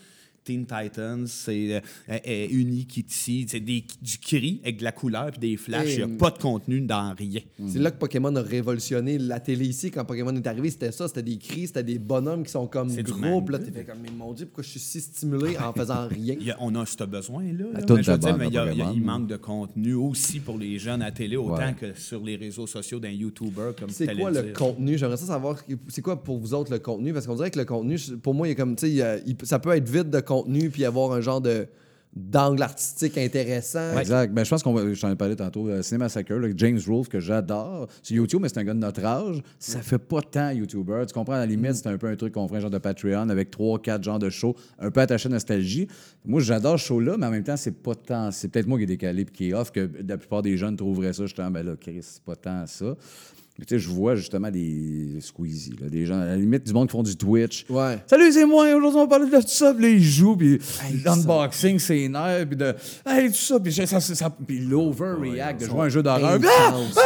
Teen Titans, c'est euh, euh, Unikitty, c'est des, du cri avec de la couleur puis des flashs. Il n'y a pas de contenu dans rien. C'est là que Pokémon a révolutionné la télé ici. Quand Pokémon est arrivé, c'était ça. C'était des cris, c'était des bonhommes qui sont comme C'est du gros. Puis là, même. t'es fait comme, mais mon Dieu, pourquoi je suis si stimulé en faisant rien? Il y a- on a ce besoin-là. là. toute Mais je veux la dire, bande mais il, y a- il y a- Pokémon. il manque de contenu aussi pour les jeunes à télé, autant Ouais. que sur les réseaux sociaux d'un YouTuber comme C'est t'allais quoi le dire. contenu? J'aimerais ça savoir, c'est quoi pour vous autres le contenu? Parce qu'on dirait que le contenu, pour moi, il y a comme, tu sais, il y a- il- ça peut être vide de contenu puis avoir un genre de d'angle artistique intéressant. Exact. Ben, je pense qu'on va. Je t'en ai parlé tantôt. Euh, Cinéma Massacre, là, James Rolfe, que j'adore. C'est YouTube, mais c'est un gars de notre âge. Ça fait pas tant YouTuber. Tu comprends? À la limite, c'est un peu un truc qu'on ferait un genre de Patreon avec trois, quatre genres de shows, un peu attaché à nostalgie. Moi, j'adore ce show-là, mais en même temps, c'est pas tant. C'est peut-être moi qui est décalé et qui est off, que la plupart des jeunes trouveraient ça. Justement, ben là, Chris, c'est pas tant ça. Mais tu sais, je vois justement des Squeezie, là, des gens, à la limite, du monde qui font du Twitch. Ouais. Salut, c'est moi, aujourd'hui on va parler de tout ça, puis là, ils jouent, puis l'unboxing, c'est nerfs, puis de. Hey, tout ça, puis ça, ça, ça, puis l'overreact, de jouer à un jeu d'horreur. puis ah! Intense.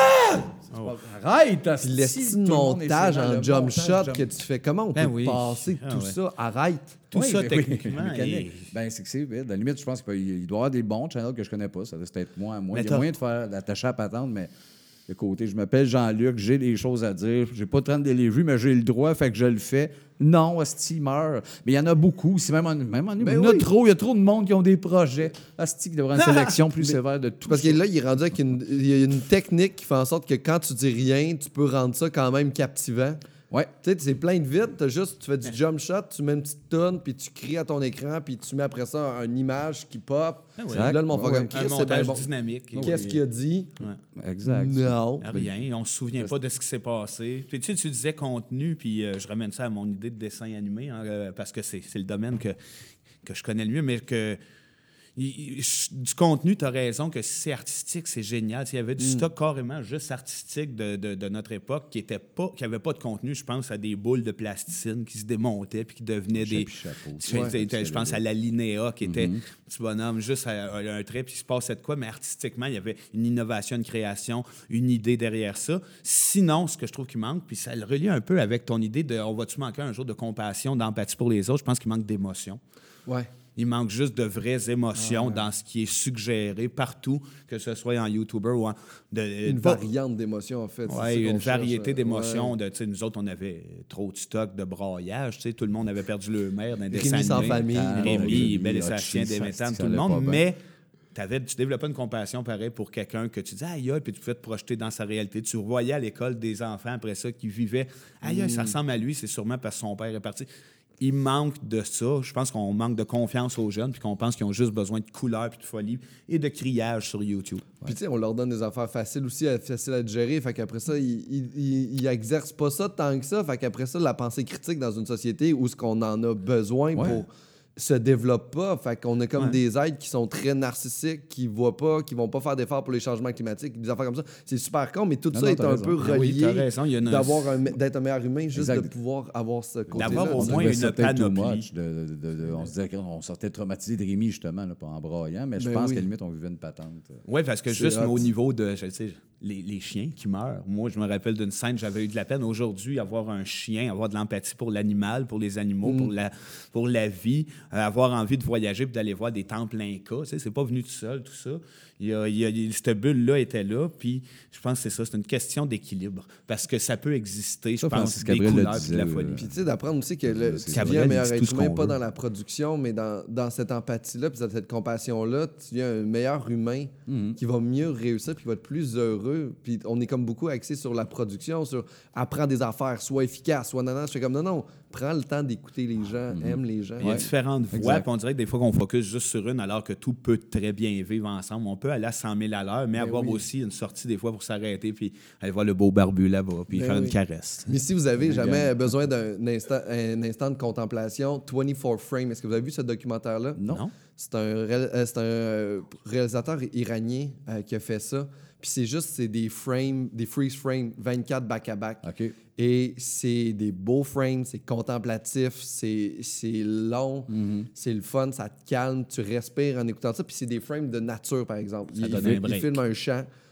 Arrête! Puis l'estime montage en jump shot que tu fais, comment on Ben peut oui. passer Ah tout ouais. ça? Arrête! Tout ça, ben oui, techniquement, mécanique. est- Ben, c'est que c'est vite. À la limite, je pense qu'il il doit y avoir des bons channels que je connais pas. Ça doit être moins. moins. Mais Il y a t'as- moyen de faire d'attacher à patente, mais de côté, je m'appelle Jean-Luc, j'ai des choses à dire. J'ai pas trente de les vues, mais j'ai le droit, fait que je le fais. Non, Asti, il meurt. Mais il y en a beaucoup. Si même en, même en, Ben il y en a oui. trop. Il y a trop de monde qui ont des projets. Asti, il devrait avoir une sélection plus sévère de tout. Parce ça. que là, il est rendu avec une, il y a une technique qui fait en sorte que quand tu dis rien, tu peux rendre ça quand même captivant. Ouais. Tu sais, c'est plein de vide, t'as juste, tu fais du jump shot, tu mets une petite tonne, puis tu cries à ton écran, puis tu mets après ça une image qui pop. Ah oui. Puis là, le monde fait Ouais, comme Un Chris, c'est bien montage bon. dynamique. Qu'est-ce qu'il a dit? Ouais. Exact. Non. Rien, on se souvient pas de ce qui s'est passé. Puis, tu sais, tu disais contenu, puis euh, je ramène ça à mon idée de dessin animé, hein, euh, parce que c'est c'est le domaine que, que je connais le mieux, mais que il- il- du contenu, tu as raison que si c'est artistique, c'est génial. Il y avait du stock carrément juste artistique de, de, de notre époque qui était pas, qui avait pas de contenu. Je pense à des boules de plasticine qui se démontaient puis qui devenaient des. Chapeau, Je, ouais. je- je pense à la Linéa qui était un petit bonhomme juste à, à un trait puis il se passait de quoi, mais artistiquement, il y avait une innovation, une création, une idée derrière ça. Sinon, ce que je trouve qu'il manque, puis ça le relie un peu avec ton idée de on va-tu manquer un jour de compassion, d'empathie pour les autres, je pense qu'il manque d'émotion. Ouais. Il manque juste de vraies émotions dans ce qui est suggéré partout, que ce soit en YouTuber ou en... De, Une pas- variante d'émotions, en fait. c'est Ouais, ça une qu'on cherche. variété d'émotions. Ouais. De, tu sais, nous autres, on avait trop de stock de braillage. tu sais, Tout le monde avait perdu le mère dans des Rémi sans famille. Rémi, Rémi, Belle et Hotchie, Sébastien, ça, Déméthane, ça tout le allait monde. pas bien. Mais t'avais, tu développais une compassion pareil pour quelqu'un que tu disais aïe, aïe, puis tu pouvais te projeter dans sa réalité. Tu voyais à l'école des enfants après ça qui vivaient aïe, aïe, ça ressemble à lui, c'est sûrement parce que son père est parti. Il manque de ça. Je pense qu'on manque de confiance aux jeunes puis qu'on pense qu'ils ont juste besoin de couleurs puis de folie et de criage sur YouTube. Puis tu sais, on leur donne des affaires faciles aussi, à- faciles à gérer. Fait qu'après ça, ils, ils, ils- ils exercent pas ça tant que ça. Fait qu'après ça, la pensée critique dans une société où ce qu'on en a besoin Ouais. pour se développe pas. Fait qu'on a comme Ouais. des êtres qui sont très narcissiques, qui voient pas, qui vont pas faire d'efforts pour les changements climatiques, des affaires comme ça. C'est super con, mais tout Non, ça non, est t'as un raison. peu Ah oui, relié t'as raison, il y a une- d'avoir un, d'être un meilleur humain, juste Exact. de pouvoir avoir ce côté-là. D'avoir au tu sais. moins Ouais, une c'est peut-être too panoplie. much de- de- de- de- on se disait qu'on sortait traumatisé de Rémi, justement, là, pas en braillant, mais je Ben pense oui. qu'à la limite, on vivait une patente. Oui, parce que C'est juste hot. au niveau de, je sais, les, les chiens qui meurent. Moi, je me rappelle d'une scène, j'avais eu de la peine aujourd'hui, avoir un chien, avoir de l'empathie pour l'animal, pour les animaux, Mm. pour, la, pour la vie, euh, avoir envie de voyager puis d'aller voir des temples incas. Tu sais, c'est pas venu tout seul, tout ça. Il y a, il y a- il- cette bulle-là était là, puis je pense que c'est ça, c'est une question d'équilibre. Parce que ça peut exister, je Ça, pense, Francis des Cabrel le couleurs puis de la disait, folie. euh, Puis tu sais, d'apprendre aussi que le, C'est tu Cabrel, deviens un il meilleur dit tout être ce humain, qu'on pas veut. dans la production, mais dans, dans cette empathie-là, puis dans cette compassion-là, tu deviens un meilleur humain Mhm. qui va mieux réussir, puis qui va être plus heureux. Puis on est comme beaucoup axé sur la production, sur apprendre des affaires, soit efficace, soit non, non. Je fais comme non, non, prends le temps d'écouter les gens, aime les gens. Il y a Ouais. différentes voies, Exact. puis on dirait que des fois qu'on focus juste sur une alors que tout peut très bien vivre ensemble. On peut aller à cent mille à l'heure, mais Ben avoir oui. aussi une sortie des fois pour s'arrêter puis aller voir le beau barbu là-bas puis Ben faire oui. une caresse. Mais si vous avez jamais besoin d'un instant, un instant de contemplation, vingt-quatre Frames, est-ce que vous avez vu ce documentaire-là? Non. Non? C'est un, ré- euh, c'est un euh, réalisateur iranien euh, qui a fait ça. Puis c'est juste, c'est des frames, des freeze frames, vingt-quatre back-à-back. OK. Et c'est des beaux frames, c'est contemplatif, c'est c'est long, Mm-hmm. c'est le fun, ça te calme, tu respires en écoutant ça. Puis c'est des frames de nature, par exemple. Ça il, donne il- un break. il filme un champ,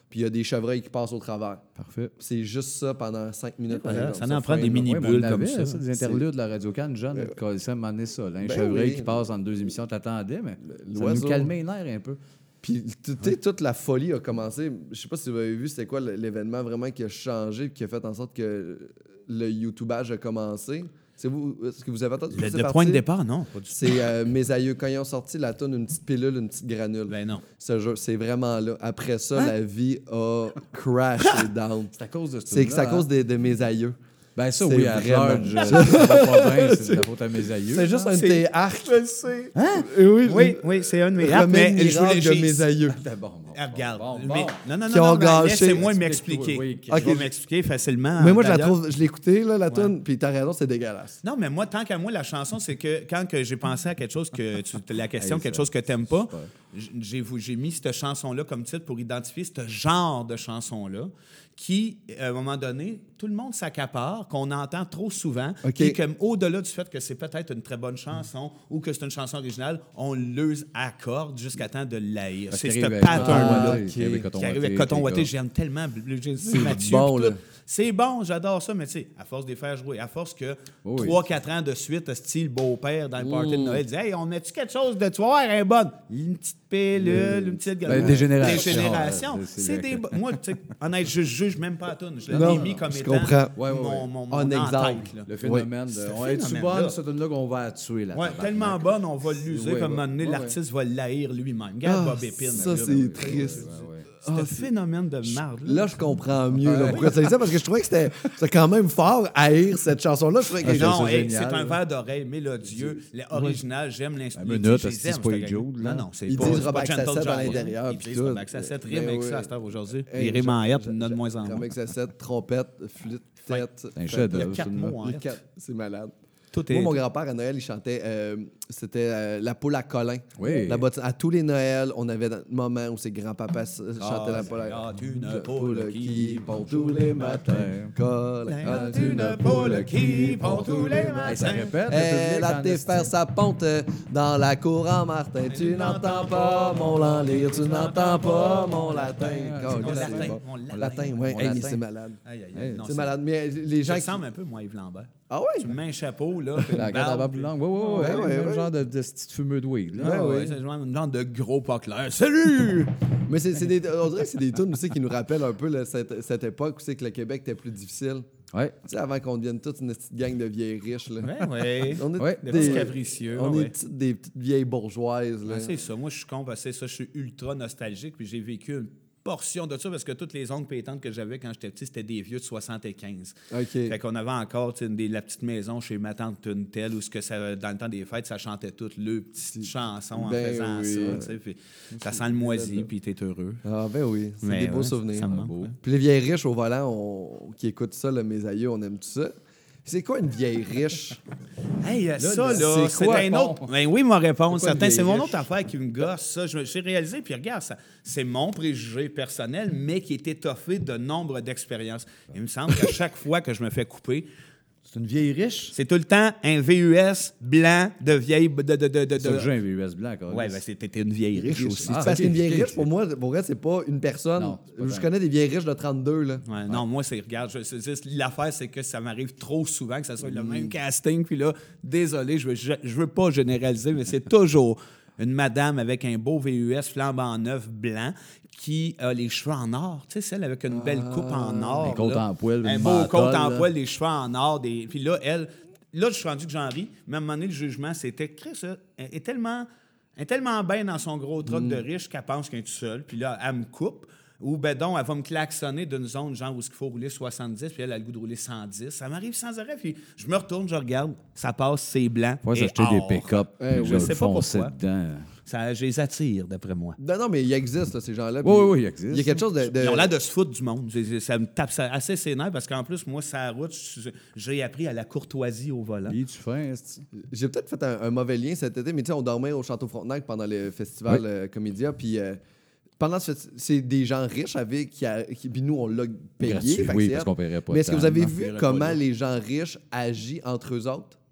puis il y a des chevreuils qui passent au travers. Parfait. C'est juste ça pendant cinq minutes. Voilà, par ça exemple, en prend des frame, là. mini-bulles Ouais, comme on ça. avait, ça. Des interludes de la Radio-Can, John, euh, ça m'a amené ça. Là, un Ben chevreuil oui. qui passe entre deux émissions, t'attendais, mais ça l'oiseau. nous calmait les nerfs un peu. Puis, tu sais, toute la folie a commencé. Je sais pas si vous avez vu, c'était quoi l'événement vraiment qui a changé, qui a fait en sorte que le YouTubage a commencé. C'est vous, est-ce que vous avez entendu? Le, C'est le parti? point de départ, non. Pas du tout. C'est euh, mes aïeux. Quand ils ont sorti la tonne, une petite pilule, une petite granule. Ben non. Ce jeu, c'est vraiment là. Après ça, Hein? la vie a crashé down. C'est à cause de ce C'est que c'est à truc-là, cause hein? des- de mes aïeux. Ben ça, c'est oui, à vraiment- George, euh, ça va pas bien, c'est de la faute à mes aïeux. C'est juste un de C'est- tes arcs. Je le sais. Hein? Oui, Oui, oui, c'est un de mes arcs, remède mais je voulais miracle de j'ai- mes aïeux. Ben bon, bon, Ah, regarde. bon, mais- bon. non, non, Qui non, ont non, mais gâché. laissez-moi Explique-toi, m'expliquer. oui, Je ok. vais m'expliquer facilement. Mais moi, je la d'ailleurs. trouve, je l'ai écouté, là, la tonne, puis t'as raison, c'est dégueulasse. Non, mais moi, tant qu'à moi, la chanson, c'est que quand que j'ai pensé à quelque chose que tu, la question, Hey, quelque ça, chose que t'aimes pas, super. j'ai, j'ai mis cette chanson-là comme titre pour identifier ce genre de chanson-là qui, à un moment donné, tout le monde s'accapare, qu'on entend trop souvent, OK. et qu'au-delà du fait que c'est peut-être une très bonne chanson ou que c'est une chanson originale, on l'use accorde jusqu'à temps de l'haïr. Parce C'est qu'il ce arrive avec- pattern-là. Ah, ok. qui arrive avec Coton Qui arrive avec Watté, Coton Watté, tes j'aime tellement. J'ai dit C'est Mathieu. bon, pis là. tout. C'est bon, j'adore ça, mais tu sais, à force de les faire jouer, à force que Oui. trois quatre ans de suite, style beau-père dans le party de Mm. Noël dit Hey, on met-tu quelque chose de toi, un bonne Une petite pilule, une petite Ben, dégénération. Dégénération. Ouais, c'est C'est le- des. bo- Moi, tu sais, honnête, je juge même pas la toune. Je Non, l'ai mis comme je étant comprends. Ouais, ouais, ouais. mon, mon, mon Un exemple. en-tête, là. Le phénomène de. Ce On est-tu phénomène-là. bonne, cette tune-là, qu'on va la tuer, là. Ouais, tellement bonne, on va l'user, Ouais, comme à un moment donné, ouais, ouais. l'artiste va l'haïr lui-même. Regarde Ah, Bob Epine. ça, là, c'est là. triste. Ouais, ouais. C'est un phénomène de marde. Là, je comprends mieux là, pourquoi tu dis ça, parce que je trouvais que c'était c'était quand même fort à haïr cette chanson-là. Je trouvais que Ah, les gens... Non, c'est hey, c'est génial, un là. verre d'oreille mélodieux. L'original, j'aime l'instrument. Une minute, Je les c'est aime, pas cette Jude, gang. là. Non, non, c'est Ils pas, disent c'est pas Robert Gentle Sassette à Giant. l'intérieur, Ils puis disent tout. Robert Sassette, rime Ben avec oui. ça à cette heure aujourd'hui. Hey, Les rimes en j'a- hête, il y en a de moins en moins. Avec Sassette, trompette, flûte, tête. C'est un fait- chef-d'œuvre, Il y a quatre ça, mots en Il y a hête. quatre. C'est malade. Tout Moi, est. mon grand-père, à Noël, il chantait... euh, c'était euh, La poule à Colin. Oui. La bottine- à tous les Noëls, on avait un moment où ses grands-papas s- chantaient La poule à Ah, une La poule qui pond tous les matins. Colin, Ah, ah, une poule qui pond tous les Hey, ça matins. répète. le Elle public, a en tes esti. faire sa ponte dans la cour en Martin. Tu n'entends pas mon lanlire, tu n'entends pas mon latin. Oh, Mon là, latin, c'est bon. mon latin, Latin, mon ouais. Hey, mais latin. c'est malade. Aïe, aïe, aïe. Non, C'est malade. Mais les Ça gens qui... ressemble un peu, moi, Yves Lambert. Ah ouais? Tu me mets un chapeau, là. puis La une garde à barbe, barbe puis- longue. Oui, oui, oui. Ouais, ouais, Même ouais. genre de, de petit fumeux de weed. là. Ouais, Ah ouais. ouais, c'est genre un genre de gros pas clair. Salut! Mais c'est c'est des... on dirait que c'est des tunes aussi qui nous rappellent un peu là, cette, cette époque où c'est que le Québec était plus difficile. Ouais. Tu sais, avant qu'on devienne toute une petite gang de vieilles riches. Là. Ouais, ouais. On est Ouais, Des des, petits capricieux. on ouais. est petites- des petites vieilles bourgeoises. Là. Ouais, c'est ça. Moi, je suis con, parce que c'est ça. Je suis ultra nostalgique, puis j'ai vécu une portion de ça, parce que toutes les oncles et tantes que j'avais quand j'étais petit, c'était des vieux de soixante-quinze. OK. Fait qu'on avait encore tu sais, des, la petite maison chez ma tante une telle, où ce que ça, dans le temps des fêtes, ça chantait toutes le petites chansons en Ben faisant oui. ça. tu sais, puis ça sent le moisi, puis t'es heureux. Ah ben oui, c'est Mais des beaux ouais, souvenirs. ça me manque, Beau. ouais. Puis les vieilles riches au volant on- qui écoutent ça, là, mes aïeux, on aime tout ça. C'est quoi une vieille riche? Hey, euh, ça, c'est là, c'est quoi, un bon? autre. Ben oui, m'a réponse. C'est quoi une Certain, c'est vieille mon riche? autre affaire qui me gosse, ça. Je me- J'ai réalisé, puis regarde, ça, c'est mon préjugé personnel, mais qui est étoffé de nombre d'expériences. Il me semble qu'à chaque fois que je me fais couper, C'est une vieille riche. c'est tout le temps un V U S blanc de vieille. De, de, de, de, de- C'est que j'ai un V U S blanc, quoi. Ouais, ben c'était une vieille riche aussi. Ah, Parce ok, qu'une vieille ok. riche, pour moi, pour vrai, c'est pas une personne. Non, c'est pas Je vrai. connais des vieilles riches de trente-deux, là. Ouais, non, moi, c'est, regarde, je- c'est juste- l'affaire, c'est que ça m'arrive trop souvent que ça soit le Mm. même casting. Puis là, désolé, je veux, je, je veux pas généraliser, mais c'est toujours une madame avec un beau V U S flambant neuf blanc qui a les cheveux en or. Tu sais, celle avec une belle coupe en or. Un côte là. en poil, Un une beau mantole, côte en là. poil, les cheveux en or. Des... Puis là, elle, là, je suis rendu que j'en ris, mais à un moment donné, le jugement, c'était Chris, ça, elle est tellement, elle est tellement bien dans son gros truck Mm. de riche qu'elle pense qu'elle est toute seule. Puis là, elle me coupe. Ou ben donc, elle va me klaxonner d'une zone genre où il faut rouler soixante-dix, puis elle a le goût de rouler cent dix. Ça m'arrive sans arrêt, puis je me retourne, je regarde, ça passe, c'est blanc. Faut et s'acheter des or. pick-up. Eh puis oui, je je sais le pas foncer pourquoi. dedans. Ça, je les attire, d'après moi. Non, non, mais il existe, là, ces gens-là. Oui, puis oui, oui, il existe. Il y a quelque chose de. de- Ils ont l'air de se foutre du monde. C'est- c'est- Ça me tape ça assez ses nerfs parce qu'en plus, moi, sur la route, je- j'ai appris à la courtoisie au volant. Puis tu fais, esti. J'ai peut-être fait un, un mauvais lien cet été, mais tu sais, on dormait au Château Frontenac pendant le festival Oui. euh, Comédia, puis euh, pendant ce festi- c'est des gens riches avec qui, a- qui- puis nous on l'a payé. Gratuit, fait que oui, c'est parce hot. qu'on paierait pas Mais est-ce que tant, vous avez non? vu paierait pas, comment là. les gens riches agissent entre eux autres?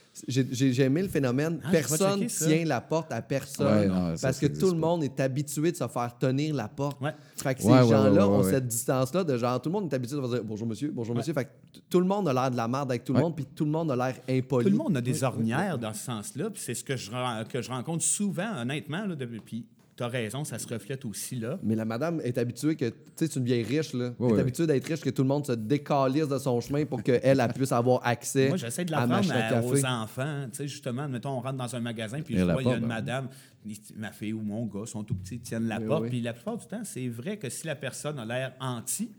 j'ai, j'ai, j'ai aimé le phénomène. Ah, j'ai pas personne checké ça. tient la porte à personne. Ouais, non, ça, parce ça que existe tout le pas. monde est habitué de se faire tenir la porte. Ouais. Fait que Ouais, ces ouais, gens-là ouais, ouais, ont ouais. cette distance-là de genre, tout le monde est habitué de dire bonjour monsieur, bonjour monsieur. Fait que t- tout le monde a l'air de la merde avec tout le Ouais. monde, puis tout le monde a l'air impoli. Tout le monde a des ornières dans ce sens-là, puis c'est ce que je, ren- que je rencontre souvent, honnêtement. Là, depuis, puis tu as raison, ça se reflète aussi là. Mais la madame est habituée que, tu sais, c'est une vieille riche, là. Ouais, elle est ouais. habituée d'être riche, que tout le monde se décalisse de son chemin pour qu'elle, elle puisse avoir accès Moi, j'essaie de à l'apprendre machine à à- café. aux enfants. Tu sais, justement, mettons, on rentre dans un magasin, puis Et je la vois, il y a porte, une ben. madame, ils- ma fille ou mon gars sont tout petits, ils tiennent la Mais porte. oui. Puis la plupart du temps, c'est vrai que si la personne a l'air anti,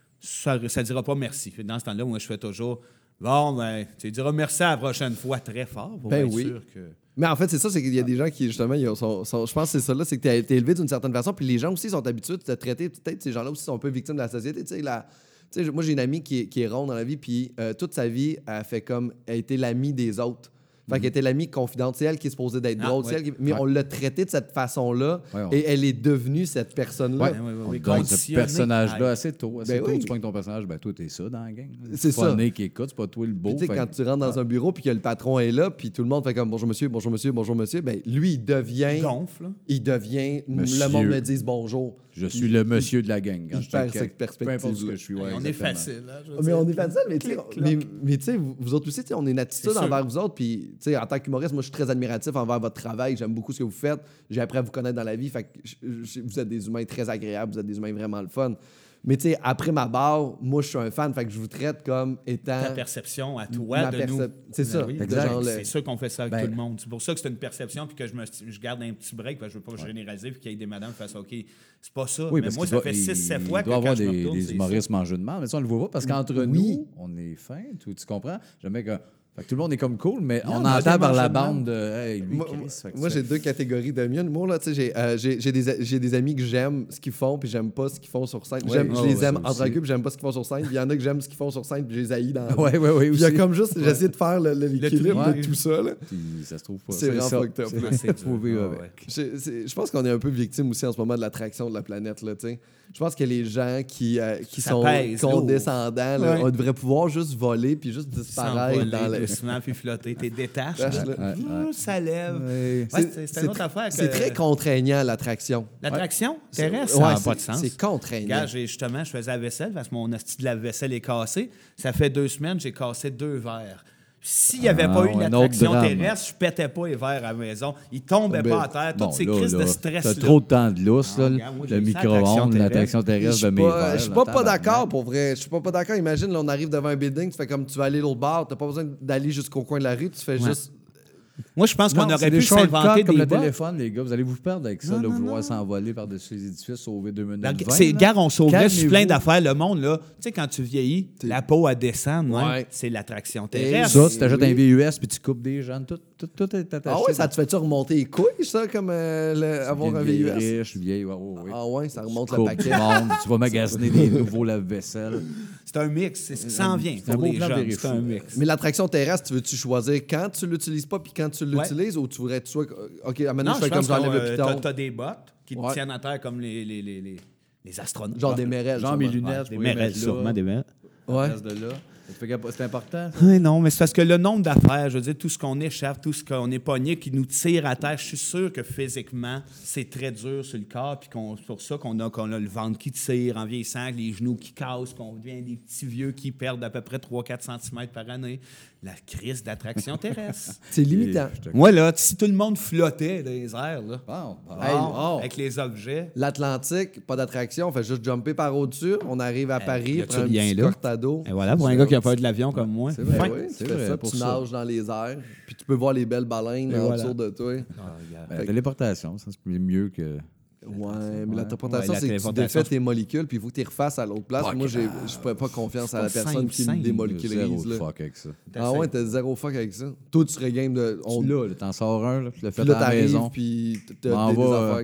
ça ne dira pas merci. Fait que dans ce temps-là, moi, je fais toujours, bon, ben, tu diras merci à la prochaine fois très fort pour Ben être oui. sûr que... Mais en fait, c'est ça, c'est qu'il y a des gens qui, justement, ils sont, sont- je pense que c'est ça là, c'est que tu es élevé d'une certaine façon, puis les gens aussi sont habitués de te traiter, peut-être ces gens-là aussi sont un peu victimes de la société. Tu sais, la- tu sais, moi, j'ai une amie qui est, qui est ronde dans la vie, puis euh, toute sa vie, elle a fait comme, elle a été l'amie des autres. Fait qu'elle était l'amie confidente, c'est elle qui est supposée d'être Ah, drôle, ouais. c'est elle qui- mais Ouais. on l'a traitée de cette façon-là, Ouais, on- et elle est devenue cette personne-là. Ouais, ouais, ouais, on ouais, te donne ce conditionné. personnage-là Ouais. assez tôt. Assez Ben tôt, oui. tu pognes ton personnage, ben toi, t'es ça dans la gang. C'est pas ça. Nick qui écoute, c'est pas toi le beau. Puis, tu sais, fait quand que- tu rentres dans un bureau puis que le patron est là, puis tout le monde fait comme bonjour monsieur, bonjour monsieur, bonjour monsieur, ben lui, il devient. Gonfle, là. Il devient. Monsieur. Le monde me dise bonjour. Je suis le monsieur de la gang. Quand il je perd check- cette perspective-là. Peu importe ce que je suis. ouais, on est exactement. facile. Hein, je veux Mais dire. on est facile, mais tu sais, Clic, mais, cloc. mais tu sais, vous, vous autres aussi, tu sais, on a une attitude C'est sûr. envers vous autres. Puis, tu sais, en tant qu'humoriste, moi, je suis très admiratif envers votre travail. J'aime beaucoup ce que vous faites. J'ai appris à vous connaître dans la vie. Fait que je- je- vous êtes des humains très agréables. Vous êtes des humains vraiment le fun. Mais tu sais, après ma barre, moi, je suis un fan. Fait que je vous traite comme étant. Ta perception à toi Ma de percep- nous. c'est ça. oui, Exact. Genre le- C'est sûr qu'on fait ça avec Ben- tout le monde. C'est pour ça que c'est une perception puis que je, me, je garde un petit break parce que je veux pas généraliser puis qu'il y ait des madames qui fassent OK, c'est pas ça. Oui, mais parce moi, qu'il ça doit- fait six sept il- fois il que doit quand avoir je me des, retourne, des c'est humoristes mangeux de mal, mais ça, on le voit pas parce qu'entre Oui. nous, on est fin, tu, tu comprends? Jamais que. Fait que tout le monde est comme cool, mais Non, on mais on entend est par la mangé de bande de Hey, lui, Moi, Chris, moi- fait que moi, ça- j'ai deux catégories d'amis. Moi, là, tu sais, j'ai, euh, j'ai, j'ai des, j'ai des amis que j'aime ce qu'ils font, puis j'aime pas ce qu'ils font sur scène. Ouais, J'aime- ouais, je les ouais, aime ça entre aussi. occupes, puis j'aime pas ce qu'ils font sur scène. Puis il y en a que j'aime ce qu'ils font sur scène, puis je les haïs dans la vie. Ouais, ouais, ouais. Puis il y a aussi. comme juste, j'essaie de faire le- le- l'équilibre Ouais. de tout ça. Là. Puis ça se trouve pas. C'est vraiment ça. fucked up, C'est- là. C'est faut dur. vivre Ah, avec. ouais. Je, c'est- je pense qu'on est un peu victime aussi en ce moment de l'attraction de la planète. Là, tu sais. Je pense que les gens qui, euh, qui Ça sont pèse, condescendants, là, Ouais. on devrait pouvoir juste voler puis juste disparaître dans S'envoler le. doucement puis flotter. T'es détaché. Lâche, là. là. Ouais, ouais. Ouh, Ça lève. Ouais. Ouais, C'est- c'est c'est c'est une autre tr- affaire. que- C'est très contraignant, l'attraction. L'attraction C'est- terrestre, ouais, ça n'a c'est- pas de sens. C'est contraignant. Regarde, j'ai- justement, je faisais la vaisselle parce que mon asti de la vaisselle est cassé. Ça fait deux semaines, j'ai cassé deux verres. S'il n'y avait Ah, pas eu un autre l'attraction drame. terrestre, je pétais pas les verres à la maison. Ils tombaient Ben, pas à terre. Toutes Bon, ces là, crises de là, stress. T'as trop de temps de lousse, Ah, là, regarde, moi, j'ai le eu ça, l'attraction micro-ondes, terrestre. l'attraction Je terrestre de suis mes pas, verres. je suis là, pas, pas tabarnak. d'accord pour vrai. Je suis pas, pas d'accord. Imagine, là, on arrive devant un building, tu fais comme tu vas aller l'autre bord, t'as pas besoin d'aller jusqu'au coin de la rue, tu fais Ouais. juste. Moi, je pense qu'on Non, c'est aurait des pu s'inventer shortcuts comme des le bottes. téléphone, les gars. Vous allez vous perdre avec ça, Non, là, non, vouloir non. s'envoler par-dessus les édifices, sauver deux minutes. La- vingt, C'est, là. gars, on sauverait sur plein Calmez-vous. d'affaires. Le monde, là, tu sais, quand tu vieillis, la peau, elle descend. Ouais. Ouais. C'est l'attraction Et terrestre. Ça, tu t'achètes Oui. un V U S puis tu coupes des jeunes, tout, tout, tout est attaché. Ah ouais, ça te fait-tu remonter les couilles, ça, comme euh, le- avoir un V U S? riche, vieille, ouais, ouais, ouais. Ah ouais, ça remonte Tu le coupes paquet. du monde, tu vas magasiner des nouveaux lave-vaisselle. C'est un mix. C'est ce qui s'en vient C'est un pour beau les plan jeunes. vérifié. C'est un mix. Mais l'attraction terrestre, tu veux-tu choisir quand tu l'utilises pas puis quand tu l'utilises ou tu voudrais être soit. OK, à maintenant, Non, je je fais comme pense que j'enlève le euh, piton. t'as, t'as des bottes qui te Ouais. tiennent à terre comme les, les, les, les, les astronautes. Genre des mérelles. Genre mes sûrement. lunettes, des je pourrais mérelles, mettre là, sûrement des mérelles. Ouais. reste de là. Ça fait que C'est important. ça. Oui, non, mais c'est parce que le nombre d'affaires, je veux dire, tout ce qu'on échappe, tout ce qu'on est pogné, qui nous tire à terre, je suis sûr que physiquement, c'est très dur sur le corps, puis qu'on, c'est pour ça qu'on a, qu'on a le ventre qui tire en vieillissant, les genoux qui cassent, qu'on devient des petits vieux qui perdent à peu près trois à quatre centimètres par année. La crise d'attraction terrestre. C'est limitant. Et je te- Moi, là, si tout le monde flottait dans les airs, là, Bon, bon. Hey, bon, oh. avec les objets, L'Atlantique, pas d'attraction, on fait juste jumper par au-dessus. On arrive à Paris, y a-tu prend un rien petit là? cortado. et voilà, pour un gars qui a peur de l'avion comme moi. C'est vrai. Ben Fin. oui, tu c'est fais vrai, ça, pour tu ça. nages dans les airs, puis tu peux voir les belles baleines Et en voilà. dessous de toi. Ah, regarde. Ben, téléportation, ça c'est mieux que. Ouais, mais Ouais. la téléportation, Ouais, la c'est que tu téléportation, défais tes molécules, puis il faut que tu les refasses à l'autre place. Fuck. Moi, j'ai- je ne pas confiance à la C'est pas personne simple, qui me simple. démolécularise. Zéro là. fuck avec ça. Ah ouais, t'as zéro fuck avec ça. Toi, tu serais game de. On... Tu l'as, là, t'en sors un, là, tu l'as fait Puis là, à la t'arrives, maison. puis t'as M'en des, des va, affaires euh, qui sont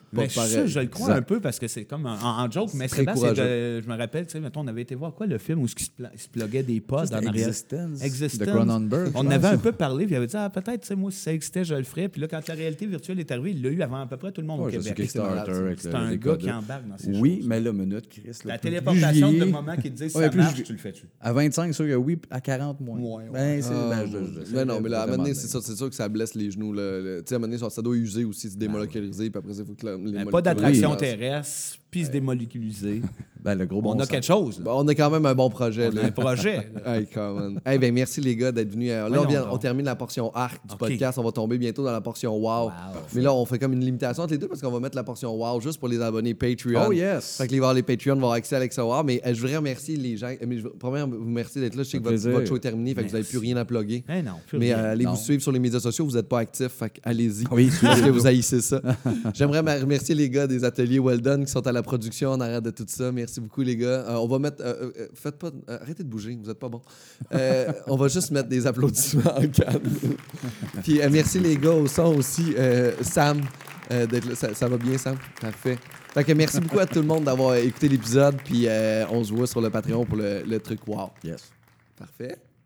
pas Mais pareil. ça, je le crois Exact. un peu parce que c'est comme en, en joke, mais très Sébastien, courageux. de- je me rappelle, tu sais, mettons, on avait été voir quoi le film où il se, pla- il se pluguait des pods C'était en arrière. Existence, Existence. de Cronenberg, On je en avait pense. un peu parlé, puis il avait dit, ah, peut-être, tu sais, moi, si ça existait, je le ferais. Puis là, quand la réalité virtuelle est arrivée, il l'a eu avant à peu près tout le monde Ouais, au je suis Québec. Kickstarter avec C'est le- un les gars codes. qui embarque dans ces Oui, choses. mais là, minute, Chris. là, La plus- téléportation plus je de vieillis- moment qui te dit si Ouais, ça plus je marche, vi- tu le fais-tu. À vingt-cinq, sûr que oui, à quarante, moins. Ouais, ouais. Ben, c'est, Ah, ben, je- je- je- ben non, mais là, à un moment donné, je- c'est ça, c'est sûr que ça blesse les genoux. Là. Le- Tu sais, à un moment donné, ça, ça doit user aussi, se démoléculariser, puis après, il faut que la- les Ben, molécules- pas d'attraction Oui. terrestre, puis se démoléculiser. Ben, le gros bon On a sens. quelque chose. là. Bon, on a quand même un bon projet. On là. a un projet. là. Hey, come on. Hey, ben, merci les gars d'être venus. Euh, Là, Voyons on, vient- donc. on termine la portion arc du Ok. podcast. On va tomber bientôt dans la portion wow. Mais là, on fait comme une limitation entre les deux parce qu'on va mettre la portion wow juste pour les abonnés Patreon. Oh, yes. Fait que les, voir les Patreons vont avoir accès à Alexa Wow. Mais euh, je voudrais remercier les gens. euh, Mais je, veux- premièrement, vous merci d'être là. Je sais que votre, plaisir. votre show est terminé. Fait que vous n'avez plus Merci. rien à plugger. Eh non, plus Mais rien. euh, allez Non. vous suivre sur les médias sociaux. Vous n'êtes pas actifs. Fait que allez-y. Oui, Parce que vous haïssez ça. J'aimerais ma- remercier les gars des ateliers Well Done qui sont à la production en arrière de tout ça. Merci beaucoup, les gars. Euh, on va mettre. euh, euh, faites pas. euh, arrêtez de bouger, vous êtes pas bon. Euh, on va juste mettre des applaudissements en calme. Puis euh, merci les gars au son aussi. Euh, Sam, euh, d'être là. Ça, ça va bien, Sam? Parfait. Fait que merci beaucoup à tout le monde d'avoir écouté l'épisode. Puis euh, on se voit sur le Patreon pour le, le truc wow. Yes. Parfait.